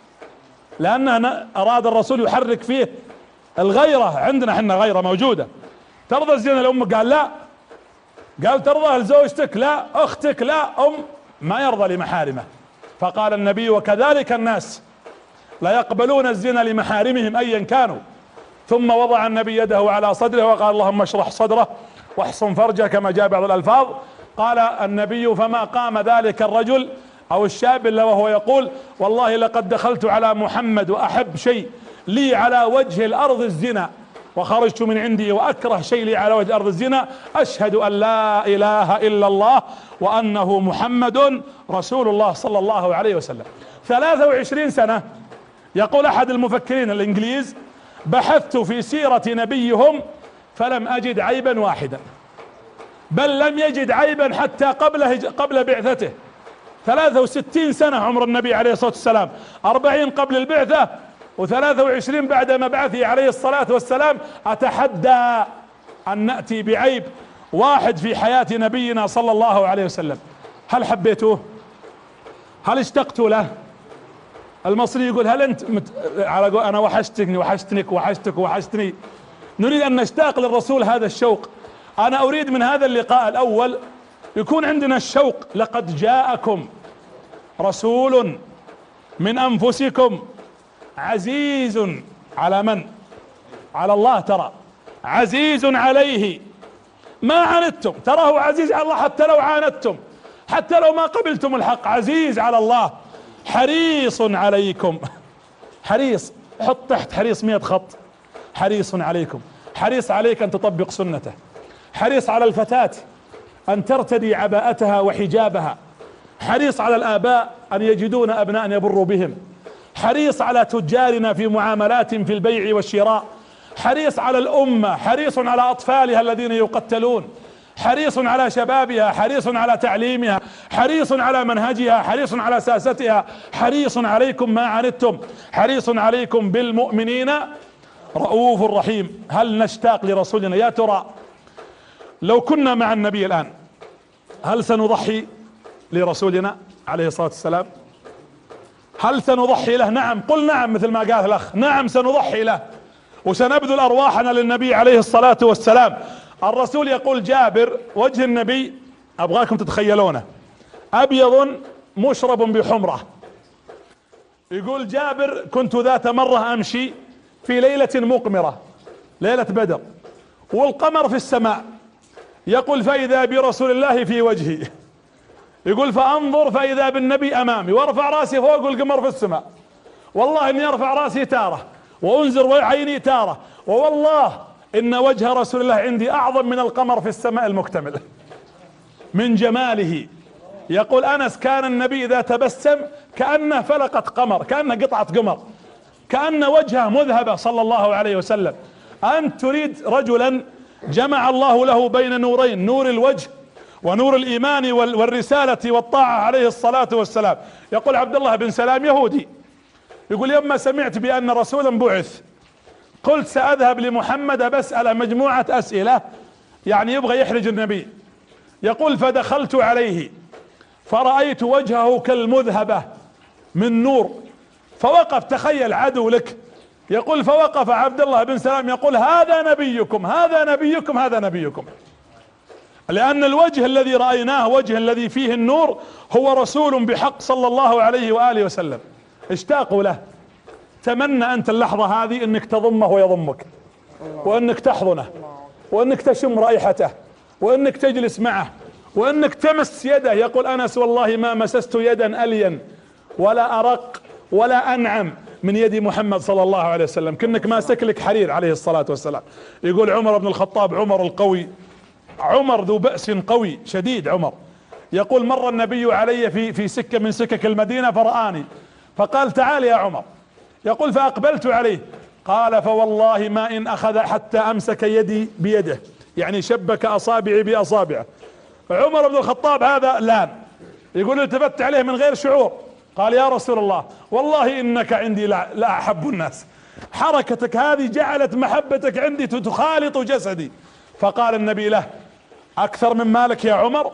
لأنه أراد الرسول يحرك فيه الغيرة. عندنا احنا غيرة موجودة. ترضى الزنا لأمك؟ قال لا. قال ترضى لزوجتك؟ لا. أختك؟ لا. أم ما يرضى لمحارمه. فقال النبي وكذلك الناس لا يقبلون الزنا لمحارمهم أيا كانوا. ثم وضع النبي يده على صدره وقال اللهم اشرح صدره واحصن فرجه كما جاء بعض الألفاظ. قال النبي فما قام ذلك الرجل أو الشاب إلا وهو يقول والله لقد دخلت على محمد وأحب شيء لي على وجه الأرض الزنا وخرجت من عندي وأكره شيء لي على وجه الأرض الزنا، أشهد أن لا إله إلا الله وأنه محمد رسول الله صلى الله عليه وسلم. ثلاثة وعشرين سنة. يقول أحد المفكرين الإنجليز بحثت في سيرة نبيهم فلم أجد عيبا واحدا، بل لم يجد عيبا حتى قبل قبل بعثته. ثلاثة وستين سنة عمر النبي عليه الصلاة والسلام، أربعين قبل البعثة وثلاثة وعشرين بعد مبعثه عليه الصلاة والسلام. أتحدى أن نأتي بعيب واحد في حياة نبينا صلى الله عليه وسلم. هل حبيتوه؟ هل اشتقتوا له؟ المصري يقول هل أنت مت... على أنا وحشتني وحشتنك وحشتك وحشتني. نريد أن نشتاق للرسول هذا الشوق. أنا أريد من هذا اللقاء الأول يكون عندنا الشوق. لقد جاءكم رسول من أنفسكم عزيز على من على الله ترى عزيز عليه ما عنتم، تراه عزيز على الله حتى لو عاندتم، حتى لو ما قبلتم الحق، عزيز على الله. حريص عليكم، حريص، حط تحت حريص مئة خط، حريص عليكم، حريص عليك ان تطبق سنته، حريص على الفتاة ان ترتدي عباءتها وحجابها، حريص على الآباء ان يجدون ابناء يبروا بهم، حريص على تجارنا في معاملات في البيع والشراء، حريص على الأمة، حريص على أطفالها الذين يقتلون، حريص على شبابها، حريص على تعليمها، حريص على منهجها، حريص على ساستها، حريص عليكم ما عنتم، حريص عليكم بالمؤمنين رؤوف رحيم. هل نشتاق لرسولنا؟ يا ترى لو كنا مع النبي الآن هل سنضحي لرسولنا عليه الصلاة والسلام؟ هل سنضحي له؟ نعم، قل نعم مثل ما قال الأخ، نعم سنضحي له وسنبذل أرواحنا للنبي عليه الصلاة والسلام. الرسول يقول جابر وجه النبي أبغاكم تتخيلونه أبيض مشرب بحمرة. يقول جابر كنت ذات مرة أمشي في ليلة مقمرة، ليلة بدر، والقمر في السماء، يقول فإذا برسول الله في وجهي، يقول فأنظر فإذا بالنبي أمامي، وارفع راسي فوق والقمر في السماء، والله إني أرفع راسي تارة وأنزر عيني تارة، ووالله إن وجه رسول الله عندي أعظم من القمر في السماء المكتمل من جماله. يقول أنس كان النبي إذا تبسم كأنه فلقة قمر، كأنه قطعة قمر، كأن وجهه مذهبة صلى الله عليه وسلم. أنت تريد رجلا جمع الله له بين نورين، نور الوجه ونور الإيمان والرسالة والطاعة عليه الصلاة والسلام. يقول عبد الله بن سلام يهودي، يقول يوم سمعت بأن رسولا بعث قلت سأذهب لمحمد بسأل مجموعة أسئلة، يعني يبغى يحرج النبي. يقول فدخلت عليه فرأيت وجهه كالمذهبة من نور، فوقف، تخيل عدو لك، يقول فوقف عبد الله بن سلام يقول هذا نبيكم هذا نبيكم هذا نبيكم، لأن الوجه الذي رأيناه وجه الذي فيه النور هو رسول بحق صلى الله عليه وآله وسلم. اشتاقوا له. تمنى أنت اللحظة هذه أنك تضمه ويضمك، وأنك تحضنه، وأنك تشم رائحته، وأنك تجلس معه، وأنك تمس يده. يقول أنس والله ما مسست يدا ألين ولا أرق ولا أنعم من يد محمد صلى الله عليه وسلم، كأنك ماسك لك حرير عليه الصلاة والسلام. يقول عمر بن الخطاب، عمر القوي، عمر ذو بأس قوي شديد عمر، يقول مر النبي علي في في سكة من سكك المدينة فرآني فقال تعال يا عمر، يقول فأقبلت عليه قال فوالله ما إن أخذ حتى أمسك يدي بيده، يعني شبك أصابعي بأصابعه. عمر بن الخطاب هذا لان، يقول التفت عليه من غير شعور، قال يا رسول الله والله إنك عندي لا, لا أحب الناس، حركتك هذه جعلت محبتك عندي تخالط جسدي. فقال النبي له أكثر من مالك يا عمر؟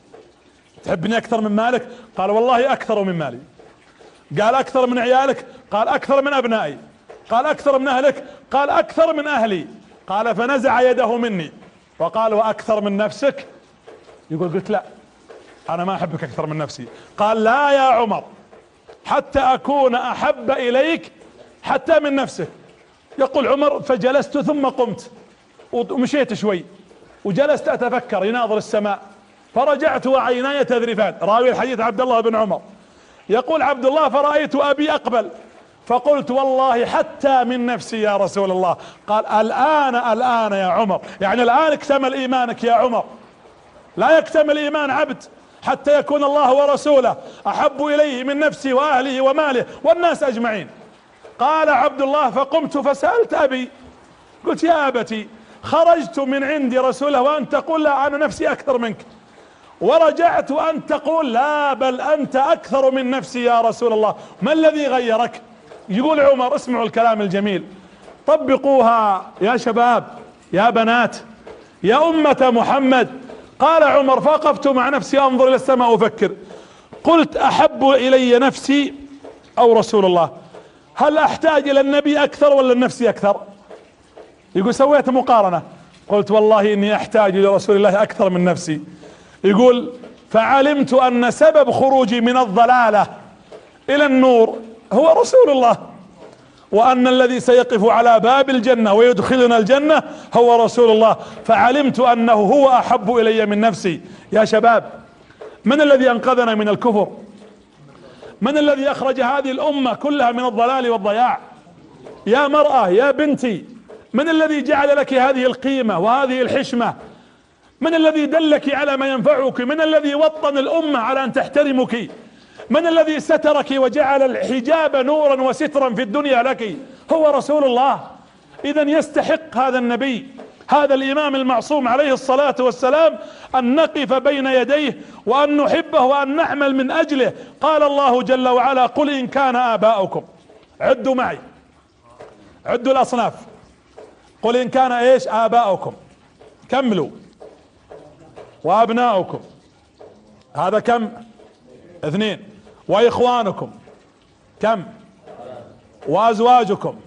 تحبني أكثر من مالك؟ قال والله أكثر من مالي. قال أكثر من عيالك؟ قال أكثر من أبنائي. قال أكثر من أهلك؟ قال أكثر من أهلي. قال فنزع يده مني وقال وأكثر من نفسك؟ يقول قلت لا أنا ما أحبك أكثر من نفسي. قال لا يا عمر حتى أكون أحب إليك حتى من نفسك. يقول عمر فجلست ثم قمت ومشيت شوي وجلست أتفكر يناظر السماء، فرجعت وعيناي تذرفان. راوي الحديث عبد الله بن عمر، يقول عبد الله فرأيت أبي أقبل فقلت والله حتى من نفسي يا رسول الله. قال الآن الآن يا عمر، يعني الآن اكتمل إيمانك يا عمر. لا يكتمل إيمان عبد حتى يكون الله ورسوله أحب إليه من نفسه وأهله وماله والناس أجمعين. قال عبد الله فقمت فسألت أبي، قلت يا أبتي خرجت من عند رسوله وأنت تقول لا أنا نفسي أكثر منك، ورجعت وأن تقول لا بل أنت أكثر من نفسي يا رسول الله، ما الذي غيرك؟ يقول عمر اسمعوا الكلام الجميل، طبقوها يا شباب يا بنات يا أمة محمد. قال عمر فوقفت مع نفسي أنظر إلى السماء أفكر، قلت أحب إلي نفسي أو رسول الله؟ هل أحتاج إلى النبي أكثر ولا النفسي أكثر؟ يقول سويت مقارنة، قلت والله إني أحتاج إلى رسول الله أكثر من نفسي. يقول فعلمت أن سبب خروجي من الضلالة إلى النور هو رسول الله، وأن الذي سيقف على باب الجنة ويدخلنا الجنة هو رسول الله، فعلمت أنه هو أحب إلي من نفسي. يا شباب، من الذي أنقذنا من الكفر؟ من الذي أخرج هذه الأمة كلها من الضلال والضياع؟ يا مرأة، يا بنتي، من الذي جعل لك هذه القيمة وهذه الحشمة؟ من الذي دلك على ما ينفعك؟ من الذي وطن الأمة على أن تحترمك؟ من الذي سترك وجعل الحجاب نورا وسترا في الدنيا لك؟ هو رسول الله. إذا يستحق هذا النبي، هذا الإمام المعصوم عليه الصلاة والسلام، أن نقف بين يديه وأن نحبه وأن نعمل من أجله. قال الله جل وعلا: قل إن كان آباؤكم، عدوا معي، عدوا الأصناف. قل إن كان إيش؟ آباؤكم، كملوا، وأبناؤكم، هذا كم؟ اثنين. وإخوانكم، كم؟ وأزواجكم،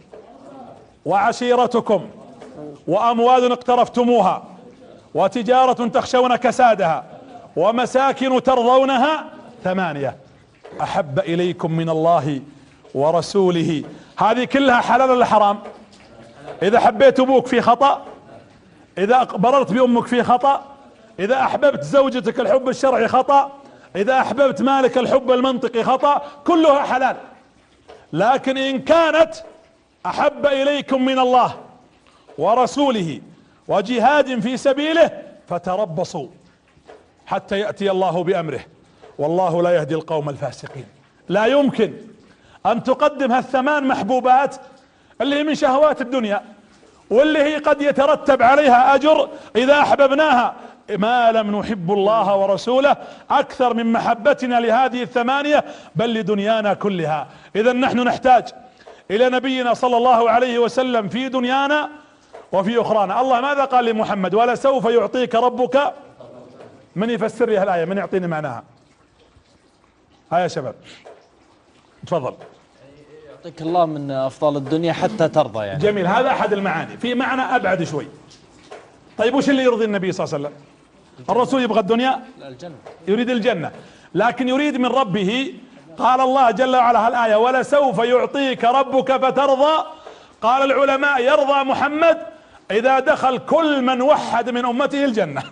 وعشيرتكم، وأموال اقترفتموها، وتجارة تخشون كسادها، ومساكن ترضونها، ثمانية، أحب إليكم من الله ورسوله. هذه كلها حلال ولا حرام؟ إذا حبيت أبوك في خطأ، إذا بررت بأمك في خطأ، إذا أحببت زوجتك الحب الشرعي خطأ، إذا أحببت مالك الحب المنطقي خطأ، كلها حلال. لكن إن كانت أحب إليكم من الله ورسوله وجهاد في سبيله فتربصوا حتى يأتي الله بأمره، والله لا يهدي القوم الفاسقين. لا يمكن أن تقدم هالثمان محبوبات اللي هي من شهوات الدنيا، واللي هي قد يترتب عليها أجر إذا أحببناها، ما لم نحب الله ورسوله أكثر من محبتنا لهذه الثمانية، بل لدنيانا كلها. إذا نحن نحتاج إلى نبينا صلى الله عليه وسلم في دنيانا وفي أخرانا. الله ماذا قال لمحمد؟ ولسوف يعطيك ربك. من يفسر لي هالآية؟ من يعطيني معناها؟ ها يا شباب تفضل. يعطيك الله من أفضل الدنيا حتى ترضى يعني. جميل، هذا أحد المعاني. في معنى أبعد شوي. طيب وش اللي يرضي النبي صلى الله عليه وسلم؟ الرسول يبغى الدنيا؟ الجنة. يريد الجنة، لكن يريد من ربه. قال الله جل وعلا هالآية: ولسوف يعطيك ربك فترضى. قال العلماء: يرضى محمد إذا دخل كل من وحد من أمته الجنة.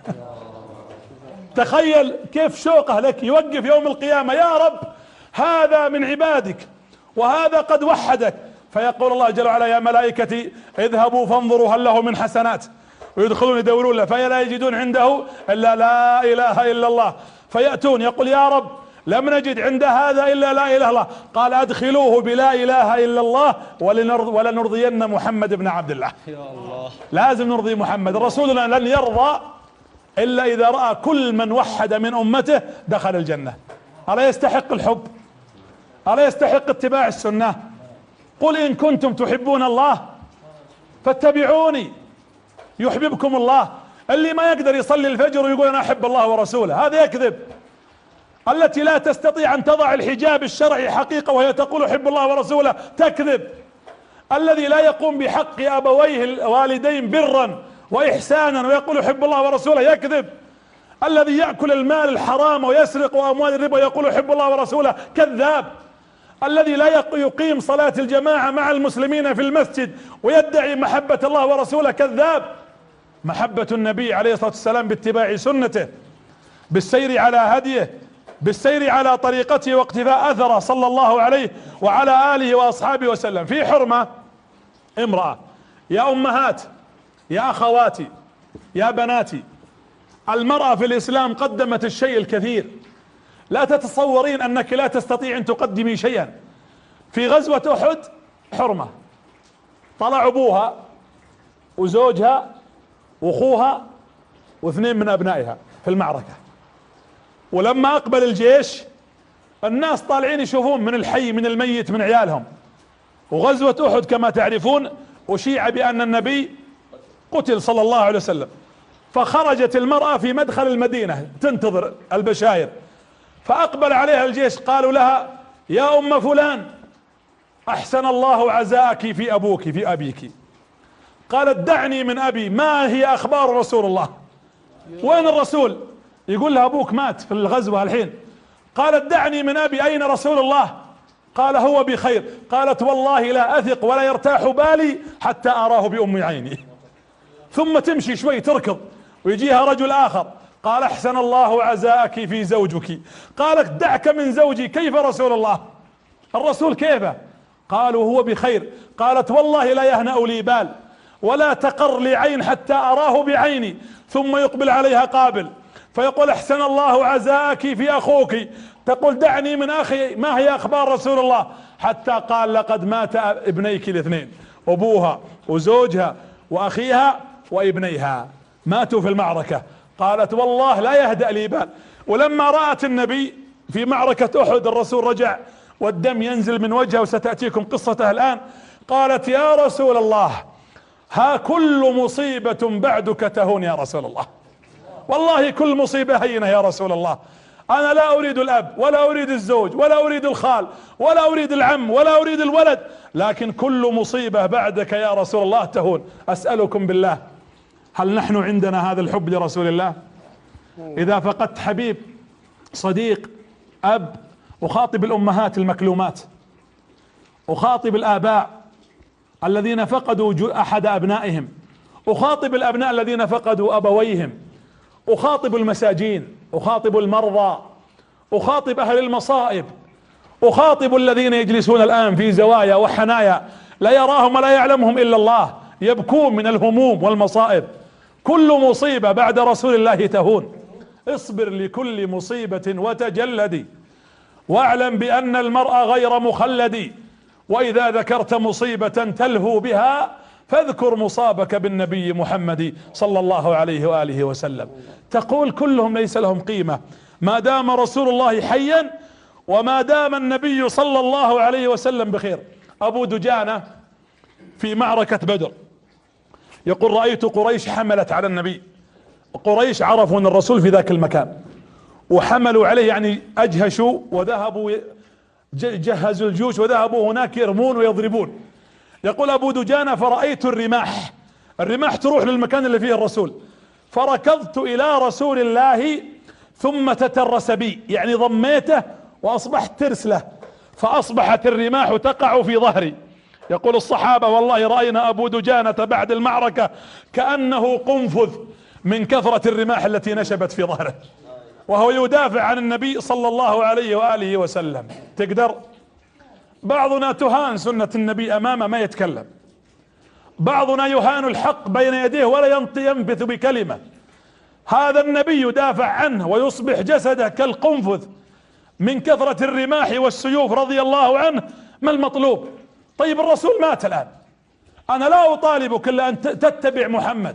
تخيل كيف شوقه لك، يوقف يوم القيامة: يا رب هذا من عبادك وهذا قد وحدك، فيقول الله جل وعلا: يا ملائكتي اذهبوا فانظروا هل له من حسنات، ويدخلون يدورون له فلا يجدون عنده الا لا اله الا الله، فيأتون يقول: يا رب لم نجد عند هذا الا لا اله الا الله. قال: ادخلوه بلا اله الا الله ولنرضين محمد بن عبد الله. يا الله، لازم نرضي محمد. رسولنا لن يرضى الا اذا رأى كل من وحد من امته دخل الجنة. ألا يستحق الحب؟ ألا يستحق اتباع السنة؟ قل إن كنتم تحبون الله فاتبعوني يحببكم الله. اللي ما يقدر يصلي الفجر ويقول أنا أحب الله ورسوله هذا يكذب. التي لا تستطيع أن تضع الحجاب الشرعي حقيقة وهي تقول أحب الله ورسوله تكذب. الذي لا يقوم بحق أبويه الوالدين برا وإحسانا ويقول أحب الله ورسوله يكذب. الذي يأكل المال الحرام ويسرق أموال الربا ويقول أحب الله ورسوله كذاب. الذي لا يقيم صلاة الجماعة مع المسلمين في المسجد ويدعي محبة الله ورسوله كذاب. محبة النبي عليه الصلاة والسلام باتباع سنته، بالسير على هديه، بالسير على طريقته واقتفاء أثره صلى الله عليه وعلى آله وأصحابه وسلم. في حرمة امرأة، يا أمهات، يا أخواتي، يا بناتي، المرأة في الإسلام قدمت الشيء الكثير. لا تتصورين أنك لا تستطيع أن تقدمي شيئا. في غزوة أحد حرمة، طلع أبوها وزوجها واخوها واثنين من ابنائها في المعركة، ولما اقبل الجيش الناس طالعين يشوفون من الحي من الميت من عيالهم. وغزوة احد كما تعرفون اشيع بان النبي قتل صلى الله عليه وسلم، فخرجت المرأة في مدخل المدينة تنتظر البشاير، فاقبل عليها الجيش قالوا لها: يا ام فلان احسن الله عزاءك في ابوك في ابيك. قالت: دعني من ابي، ما هي اخبار رسول الله؟ وين الرسول؟ يقول لها: ابوك مات في الغزوة الحين. قالت: دعني من ابي، اين رسول الله؟ قال هو بخير. قالت والله لا اثق ولا يرتاح بالي حتى اراه بام عيني. ثم تمشي شوي تركض ويجيها رجل اخر، قال احسن الله عزاءك في زوجك. قالت دعك من زوجي، كيف رسول الله؟ الرسول كيفه؟ قالوا هو بخير. قالت والله لا يهنأ لي بال ولا تقر لي عين حتى اراه بعيني. ثم يقبل عليها قابل فيقول احسن الله عزاءك في اخوك، تقول دعني من اخي، ما هي اخبار رسول الله؟ حتى قال لقد مات ابنيك الاثنين، ابوها وزوجها واخيها وابنيها ماتوا في المعركة. قالت والله لا يهدأ لي بال. ولما رأت النبي في معركة احد الرسول رجع والدم ينزل من وجهه وستأتيكم قصته الآن، قالت يا رسول الله ها كل مصيبة بعدك تهون يا رسول الله، والله كل مصيبة هينة يا رسول الله، انا لا اريد الاب ولا اريد الزوج ولا اريد الخال ولا اريد العم ولا اريد الولد، لكن كل مصيبة بعدك يا رسول الله تهون. اسألكم بالله هل نحن عندنا هذا الحب لرسول الله؟ اذا فقدت حبيب صديق اب، اخاطب الامهات المكلومات، اخاطب الاباء الذين فقدوا احد ابنائهم، اخاطب الابناء الذين فقدوا ابويهم، اخاطب المساجين، اخاطب المرضى، اخاطب اهل المصائب، اخاطب الذين يجلسون الان في زوايا وحنايا لا يراهم ولا يعلمهم الا الله، يبكون من الهموم والمصائب. كل مصيبة بعد رسول الله تهون. اصبر لكل مصيبة وتجلدي، واعلم بان المرء غير مخلد، واذا ذكرت مصيبة تلهو بها فاذكر مصابك بالنبي محمد صلى الله عليه وآله وسلم. تقول كلهم ليس لهم قيمة ما دام رسول الله حيا وما دام النبي صلى الله عليه وسلم بخير. ابو دجانة في معركة بدر يقول رأيت قريش حملت على النبي، قريش عرفوا ان الرسول في ذاك المكان وحملوا عليه، يعني اجهشوا وذهبوا جهزوا الجيوش وذهبوا هناك يرمون ويضربون. يقول ابو دجانة فرأيت الرماح، الرماح تروح للمكان اللي فيه الرسول، فركضت الى رسول الله ثم تترس بي، يعني ضميته واصبحت ترسله، فاصبحت الرماح تقع في ظهري. يقول الصحابة والله رأينا ابو دجانة بعد المعركة كأنه قنفذ من كثرة الرماح التي نشبت في ظهره، وهو يدافع عن النبي صلى الله عليه وآله وسلم. تقدر؟ بعضنا تهان سنة النبي امامه ما يتكلم، بعضنا يهان الحق بين يديه ولا ينفث بكلمة. هذا النبي يدافع عنه ويصبح جسده كالقنفذ من كثرة الرماح والسيوف رضي الله عنه. ما المطلوب؟ طيب الرسول مات الآن، انا لا اطالبك الا ان تتبع محمد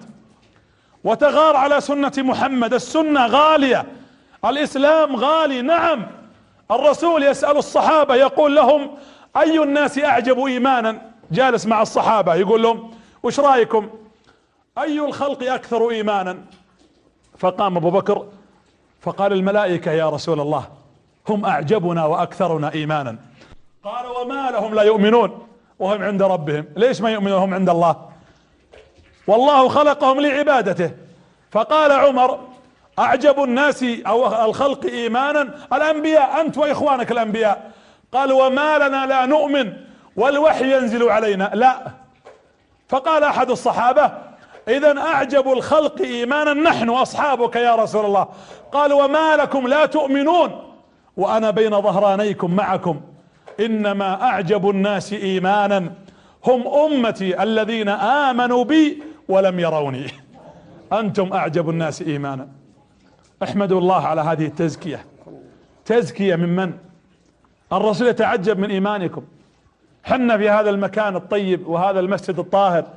وتغار على سنة محمد. السنة غالية، الاسلام غالي. نعم الرسول يسأل الصحابة يقول لهم اي الناس اعجب ايمانا، جالس مع الصحابة يقول لهم وش رايكم اي الخلق اكثر ايمانا؟ فقام ابو بكر فقال الملائكة يا رسول الله هم اعجبنا واكثرنا ايمانا. قال وما لهم لا يؤمنون وهم عند ربهم؟ ليش ما يؤمنون وهم عند الله؟ والله خلقهم لعبادته. فقال عمر اعجب الناس او الخلق ايمانا الانبياء، انت واخوانك الانبياء. قال وما لنا لا نؤمن والوحي ينزل علينا؟ لا. فقال احد الصحابة اذا اعجب الخلق ايمانا نحن اصحابك يا رسول الله. قال وما لكم لا تؤمنون وانا بين ظهرانيكم معكم؟ انما اعجب الناس ايمانا هم امتي الذين امنوا بي ولم يروني. انتم اعجب الناس ايمانا. احمدوا الله على هذه التزكية. تزكية من من؟ الرسول يتعجب من ايمانكم. حنا في هذا المكان الطيب وهذا المسجد الطاهر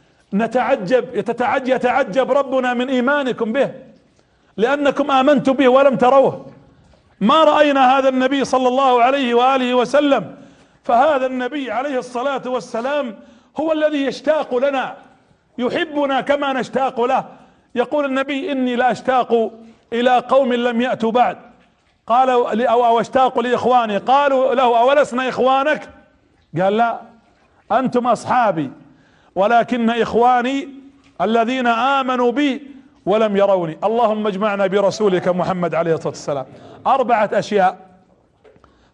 نتعجب، يتعجب, يتعجب ربنا من ايمانكم به، لانكم امنتم به ولم تروه. ما رأينا هذا النبي صلى الله عليه وآله وسلم. فهذا النبي عليه الصلاة والسلام هو الذي يشتاق لنا، يحبنا كما نشتاق له. يقول النبي اني لا اشتاق الى قوم لم يأتوا بعد. قال او اشتاق لاخواني. قالوا له اولسنا اخوانك؟ قال لا انتم اصحابي ولكن اخواني الذين امنوا بي ولم يروني. اللهم اجمعنا برسولك محمد عليه الصلاة والسلام. اربعة اشياء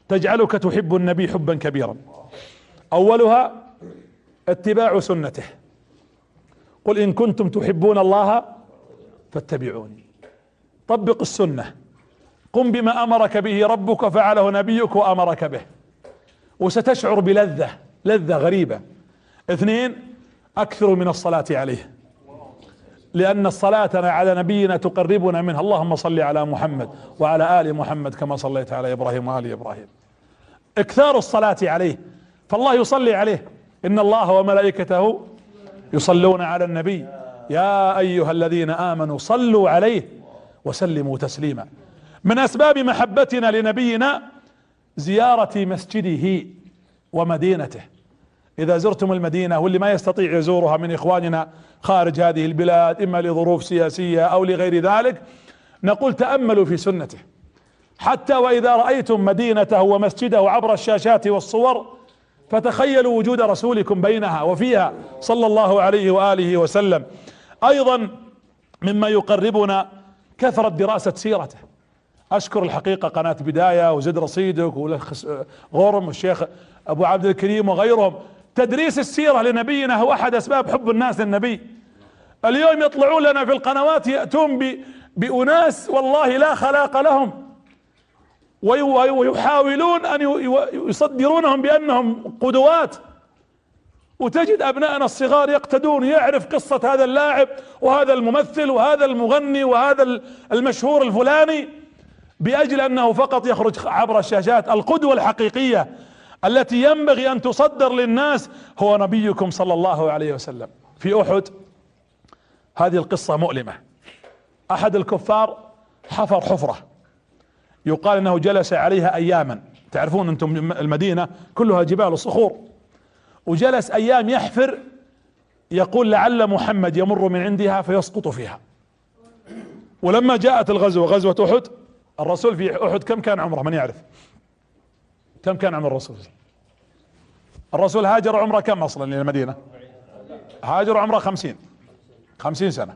تجعلك تحب النبي حبا كبيرا. اولها اتباع سنته، قل ان كنتم تحبون الله فاتبعوني. طبق السنة، قم بما امرك به ربك وفعله نبيك وامرك به، وستشعر بلذة، لذة غريبة. اثنين، اكثروا من الصلاة عليه، لان الصلاة على نبينا تقربنا منه. اللهم صل على محمد وعلى ال محمد كما صليت على ابراهيم وال ابراهيم. اكثار الصلاة عليه، فالله يصلي عليه، ان الله وملائكته يصلون على النبي يا ايها الذين امنوا صلوا عليه وسلموا تسليما. من اسباب محبتنا لنبينا زيارة مسجده ومدينته. اذا زرتم المدينة، واللي ما يستطيع يزورها من اخواننا خارج هذه البلاد اما لظروف سياسية او لغير ذلك، نقول تأملوا في سنته، حتى واذا رأيتم مدينته ومسجده عبر الشاشات والصور فتخيلوا وجود رسولكم بينها وفيها صلى الله عليه وآله وسلم. ايضا مما يقربنا كثرة دراسة سيرته. اشكر الحقيقة قناة بداية وزد رصيدك وغورم والشيخ ابو عبد الكريم وغيرهم. تدريس السيرة لنبينا هو احد اسباب حب الناس للنبي. اليوم يطلعون لنا في القنوات يأتون بأناس والله لا خلاق لهم، ويحاولون ان يصدرونهم بانهم قدوات، وتجد ابنائنا الصغار يقتدون، يعرف قصة هذا اللاعب وهذا الممثل وهذا المغني وهذا المشهور الفلاني باجل انه فقط يخرج عبر الشاشات. القدوة الحقيقية التي ينبغي ان تصدر للناس هو نبيكم صلى الله عليه وسلم. في احد هذه القصة مؤلمة. احد الكفار حفر حفرة، يقال انه جلس عليها اياما. تعرفون انتم المدينة كلها جبال وصخور، وجلس ايام يحفر، يقول لعل محمد يمر من عندها فيسقط فيها. ولما جاءت الغزوة، غزوة احد، الرسول في احد كم كان عمره؟ من يعرف كم كان عمر الرسول؟ الرسول هاجر عمره كم اصلا الى المدينة؟ هاجر عمره خمسين خمسين سنة.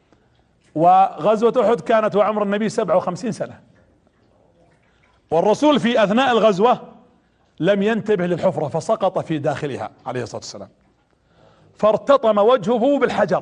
وغزوة احد كانت وعمر النبي سبعة وخمسين سنة. والرسول في اثناء الغزوة لم ينتبه للحفرة فسقط في داخلها عليه الصلاة والسلام، فارتطم وجهه بالحجر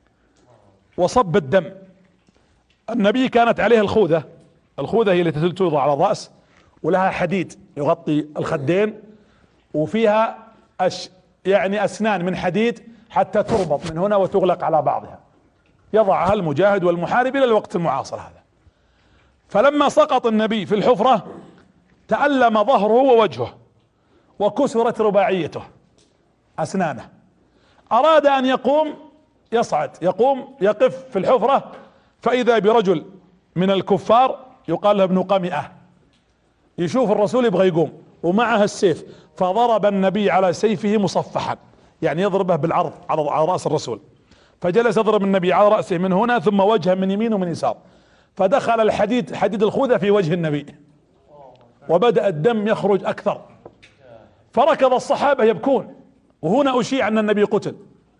وصب الدم. النبي كانت عليه الخوذة، الخوذة هي التي توضع على الرأس ولها حديد يغطي الخدين، وفيها أش يعني اسنان من حديد حتى تربط من هنا وتغلق على بعضها، يضعها المجاهد والمحارب الى الوقت المعاصر هذا. فلما سقط النبي في الحفرة تألم ظهره ووجهه وكسرت رباعيته اسنانه. اراد ان يقوم يصعد، يقوم يقف في الحفرة، فاذا برجل من الكفار يقال له ابن قمئة يشوف الرسول يبغى يقوم ومعه السيف، فضرب النبي على سيفه مصفحا، يعني يضربه بالعرض على رأس الرسول. فجلس يضرب النبي على رأسه من هنا ثم وجهه من يمين ومن يسار، فدخل الحديد حديد الخوذة في وجه النبي وبدأ الدم يخرج اكثر، فركض الصحابة يبكون. وهنا اشيع ان النبي قتل،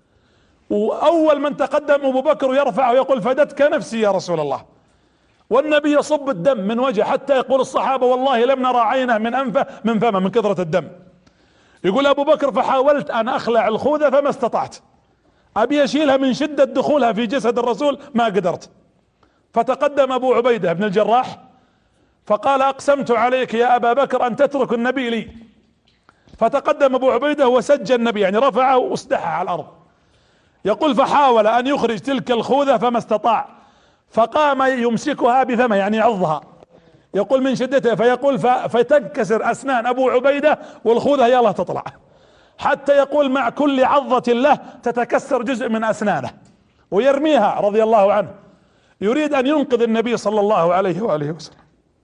واول من تقدم ابو بكر يرفع ويقول فدتك نفسي يا رسول الله، والنبي يصب الدم من وجهه حتى يقول الصحابة والله لم نرى عينه من انفه من فمه من كثرة الدم. يقول ابو بكر فحاولت ان اخلع الخوذة فما استطعت، ابي اشيلها من شدة دخولها في جسد الرسول ما قدرت. فتقدم ابو عبيدة بن الجراح فقال اقسمت عليك يا ابا بكر ان تترك النبي لي. فتقدم ابو عبيدة وسج النبي، يعني رفعه واصدحه على الارض. يقول فحاول ان يخرج تلك الخوذة فما استطاع، فقام يمسكها بفمه يعني يعضها، يقول من شدته، فيقول فتنكسر اسنان ابو عبيدة والخوذة يلا تطلع، حتى يقول مع كل عضة له تتكسر جزء من اسنانه ويرميها رضي الله عنه، يريد ان ينقذ النبي صلى الله عليه وآله وسلم.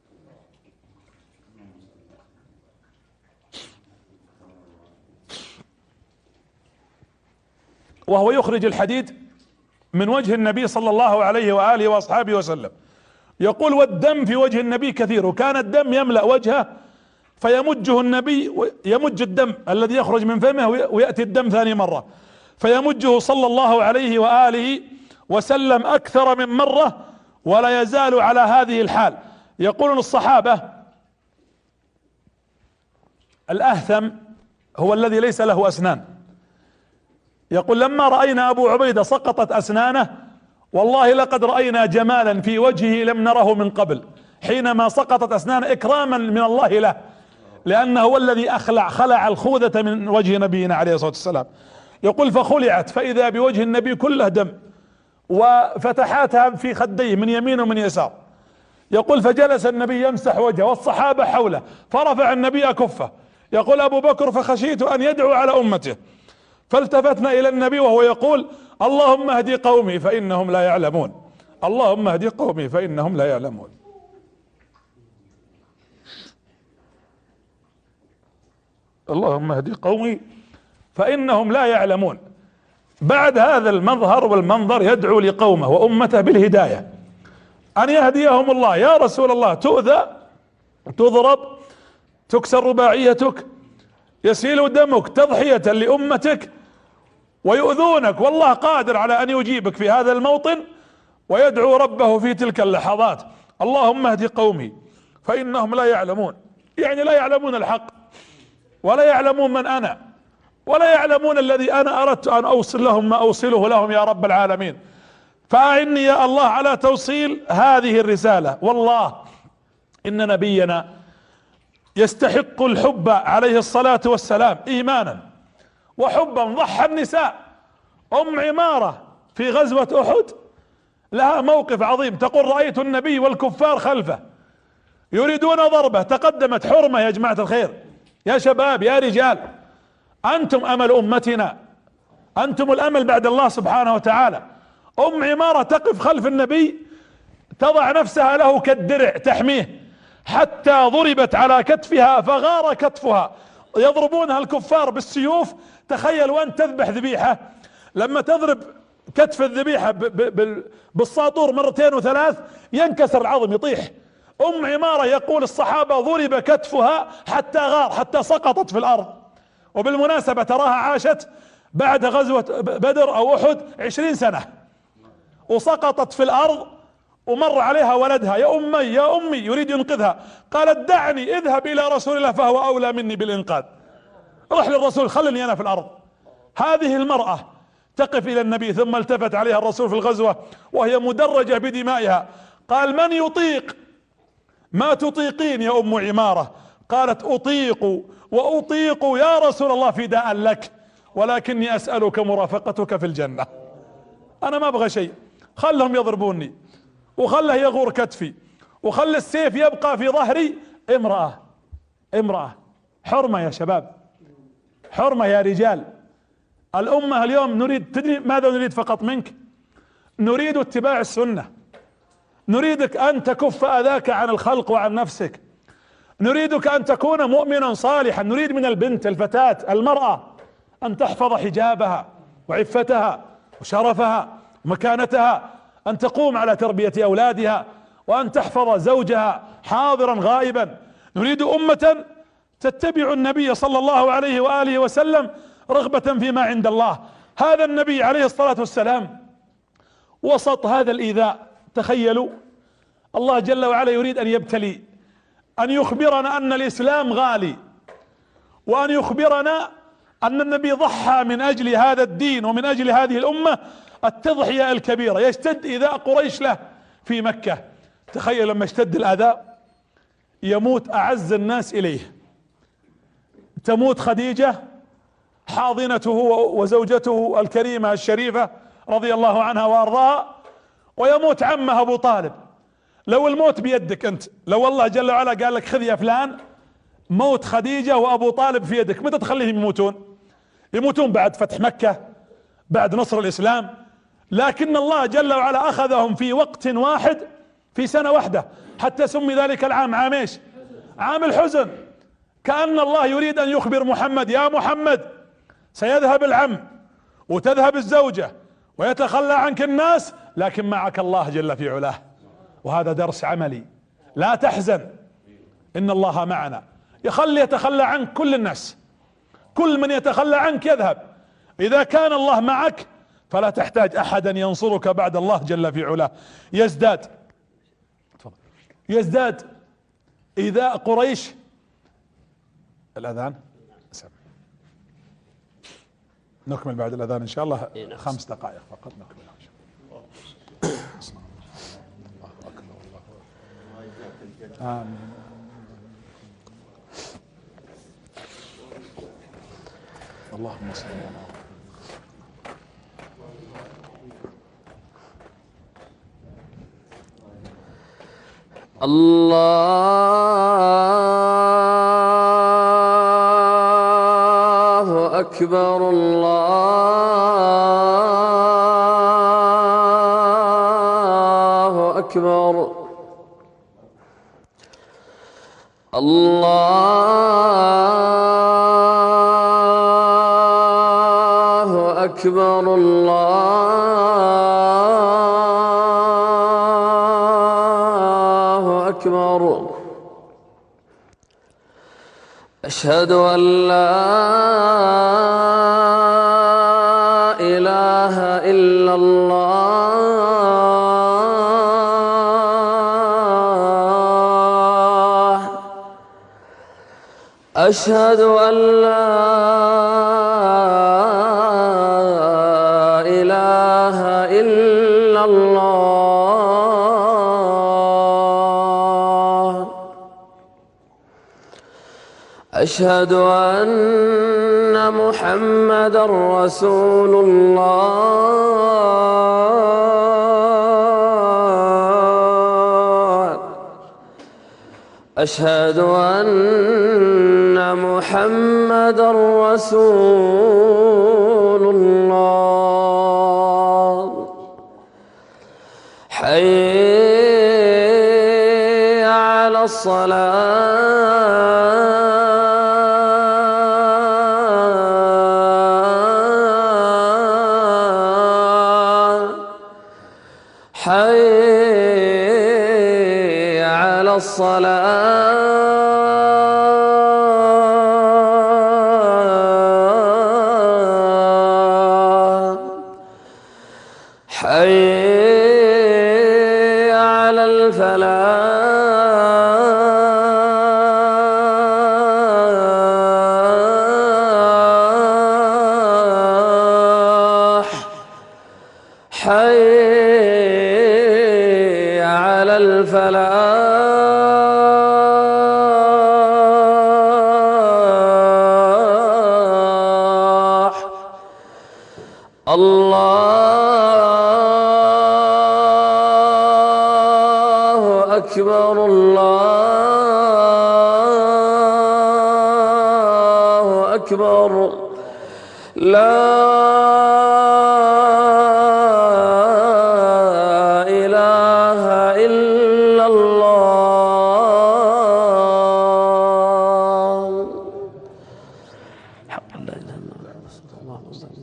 وهو يخرج الحديد من وجه النبي صلى الله عليه وآله وأصحابه وسلم. يقول والدم في وجه النبي كثير، وكان الدم يملأ وجهه فيمجه النبي، يمج الدم الذي يخرج من فمه ويأتي الدم ثاني مرة، فيمجه صلى الله عليه وآله وسلم أكثر من مرة ولا يزال على هذه الحال. يقولون الصحابة الأهثم هو الذي ليس له أسنان، يقول لما رأينا أبو عبيدة سقطت أسنانه والله لقد رأينا جمالا في وجهه لم نره من قبل حينما سقطت أسنانه إكراما من الله له، لأنه هو الذي أخلع خلع الخوذة من وجه نبينا عليه الصلاة والسلام. يقول فخلعت فإذا بوجه النبي كله دم وفتحاتها في خديه من يمين ومن يسار. يقول فجلس النبي يمسح وجهه والصحابة حوله فرفع النبي أكفه. يقول أبو بكر فخشيت أن يدعو على أمته فالتفتنا إلى النبي وهو يقول اللهم اهدي قومي فإنهم لا يعلمون، اللهم اهدي قومي فإنهم لا يعلمون. اللهم اهدي قومي فإنهم لا يعلمون. بعد هذا المظهر والمنظر يدعو لقومه وأمته بالهداية أن يهديهم الله. يا رسول الله تؤذى، تضرب، تكسر رباعيتك، يسيل دمك تضحية لأمتك ويؤذونك، والله قادر على أن يجيبك في هذا الموطن ويدعو ربه في تلك اللحظات. اللهم اهدي قومي فإنهم لا يعلمون، يعني لا يعلمون الحق ولا يعلمون من أنا ولا يعلمون الذي أنا أردت أن أوصل لهم ما أوصله لهم يا رب العالمين. فأعني يا الله على توصيل هذه الرسالة. والله إن نبينا يستحق الحب عليه الصلاة والسلام إيمانا وحبا. ضحى النساء. أم عمارة في غزوة أحد لها موقف عظيم، تقول رأيت النبي والكفار خلفه يريدون ضربه، تقدمت حرمة يا جماعة الخير، يا شباب يا رجال، أنتم أمل أمتنا، أنتم الأمل بعد الله سبحانه وتعالى. أم عمارة تقف خلف النبي تضع نفسها له كالدرع تحميه حتى ضربت على كتفها فغار كتفها، يضربونها الكفار بالسيوف. تخيل وأنت تذبح ذبيحة لما تضرب كتف الذبيحة بالساطور مرتين وثلاث ينكسر العظم يطيح. أم عمارة يقول الصحابة ضرب كتفها حتى غار، حتى سقطت في الأرض. وبالمناسبة تراها عاشت بعد غزوة بدر أو أحد عشرين سنة وسقطت في الأرض، ومر عليها ولدها يا أمي يا أمي يريد ينقذها، قالت دعني اذهب إلى رسول الله فهو أولى مني بالإنقاذ، روح للرسول خلني أنا في الأرض. هذه المرأة تقف إلى النبي ثم التفت عليها الرسول في الغزوة وهي مدرجة بدمائها، قال من يطيق ما تطيقين يا أم عمارة؟ قالت أطيق وأطيق يا رسول الله فداء لك، ولكني أسألك مرافقتك في الجنة. أنا ما أبغى شيء، خلهم يضربوني وخله يغور كتفي وخل السيف يبقى في ظهري. امرأة امرأة حرمة يا شباب، حرمة يا رجال. الأمة اليوم نريد، تدري ماذا نريد فقط منك؟ نريد اتباع السنة، نريدك أن تكف أذاك عن الخلق وعن نفسك، نريدك أن تكون مؤمنا صالحا، نريد من البنت الفتاة المرأة أن تحفظ حجابها وعفتها وشرفها ومكانتها، أن تقوم على تربية أولادها وأن تحفظ زوجها حاضرا غائبا. نريد أمة تتبع النبي صلى الله عليه وآله وسلم رغبة فيما عند الله. هذا النبي عليه الصلاة والسلام وسط هذا الإيذاء، تخيلوا الله جل وعلا يريد أن يبتلي، أن يخبرنا أن الإسلام غالي، وأن يخبرنا أن النبي ضحى من أجل هذا الدين ومن أجل هذه الأمة التضحية الكبيرة. يشتد إيذاء قريش له في مكة، تخيل لما اشتد الأذى يموت أعز الناس إليه، تموت خديجة حاضنته وزوجته الكريمة الشريفة رضي الله عنها وارضاها، ويموت عمه أبو طالب. لو الموت بيدك أنت، لو الله جل وعلا قال لك خذ يا فلان موت خديجة وأبو طالب في يدك، متى تخليهم يموتون؟ يموتون بعد فتح مكة، بعد نصر الإسلام. لكن الله جل وعلا أخذهم في وقت واحد في سنة واحدة، حتى سمي ذلك العام عام ايش؟ عام الحزن. كأن الله يريد أن يخبر محمد يا محمد سيذهب العم وتذهب الزوجة ويتخلى عنك الناس، لكن معك الله جل في علاه. وهذا درس عملي، لا تحزن إن الله معنا. يخلي يتخلى عنك كل الناس، كل من يتخلى عنك يذهب. إذا كان الله معك فلا تحتاج أحدا ينصرك بعد الله جل في علاه. يزداد يزداد إيذاء قريش الأذان سمع. نكمل بعد الأذان إن شاء الله خمس دقائق فقط نكمل إن شاء الله. الله أكبر الله. آمين. اللهم صل على الله أكبر الله أكبر الله أكبر الله أكبر أشهد أن لا إله إلا الله أشهد أن لا إله إلا الله أشهد أن محمدا رسول الله أشهد أن محمدا رسول الله حي على الصلاة حي على الصلاة حي على الفلاح حي على الفلاح الله أكبر الله أكبر لا إله إلا الله حق لا إله إلا الله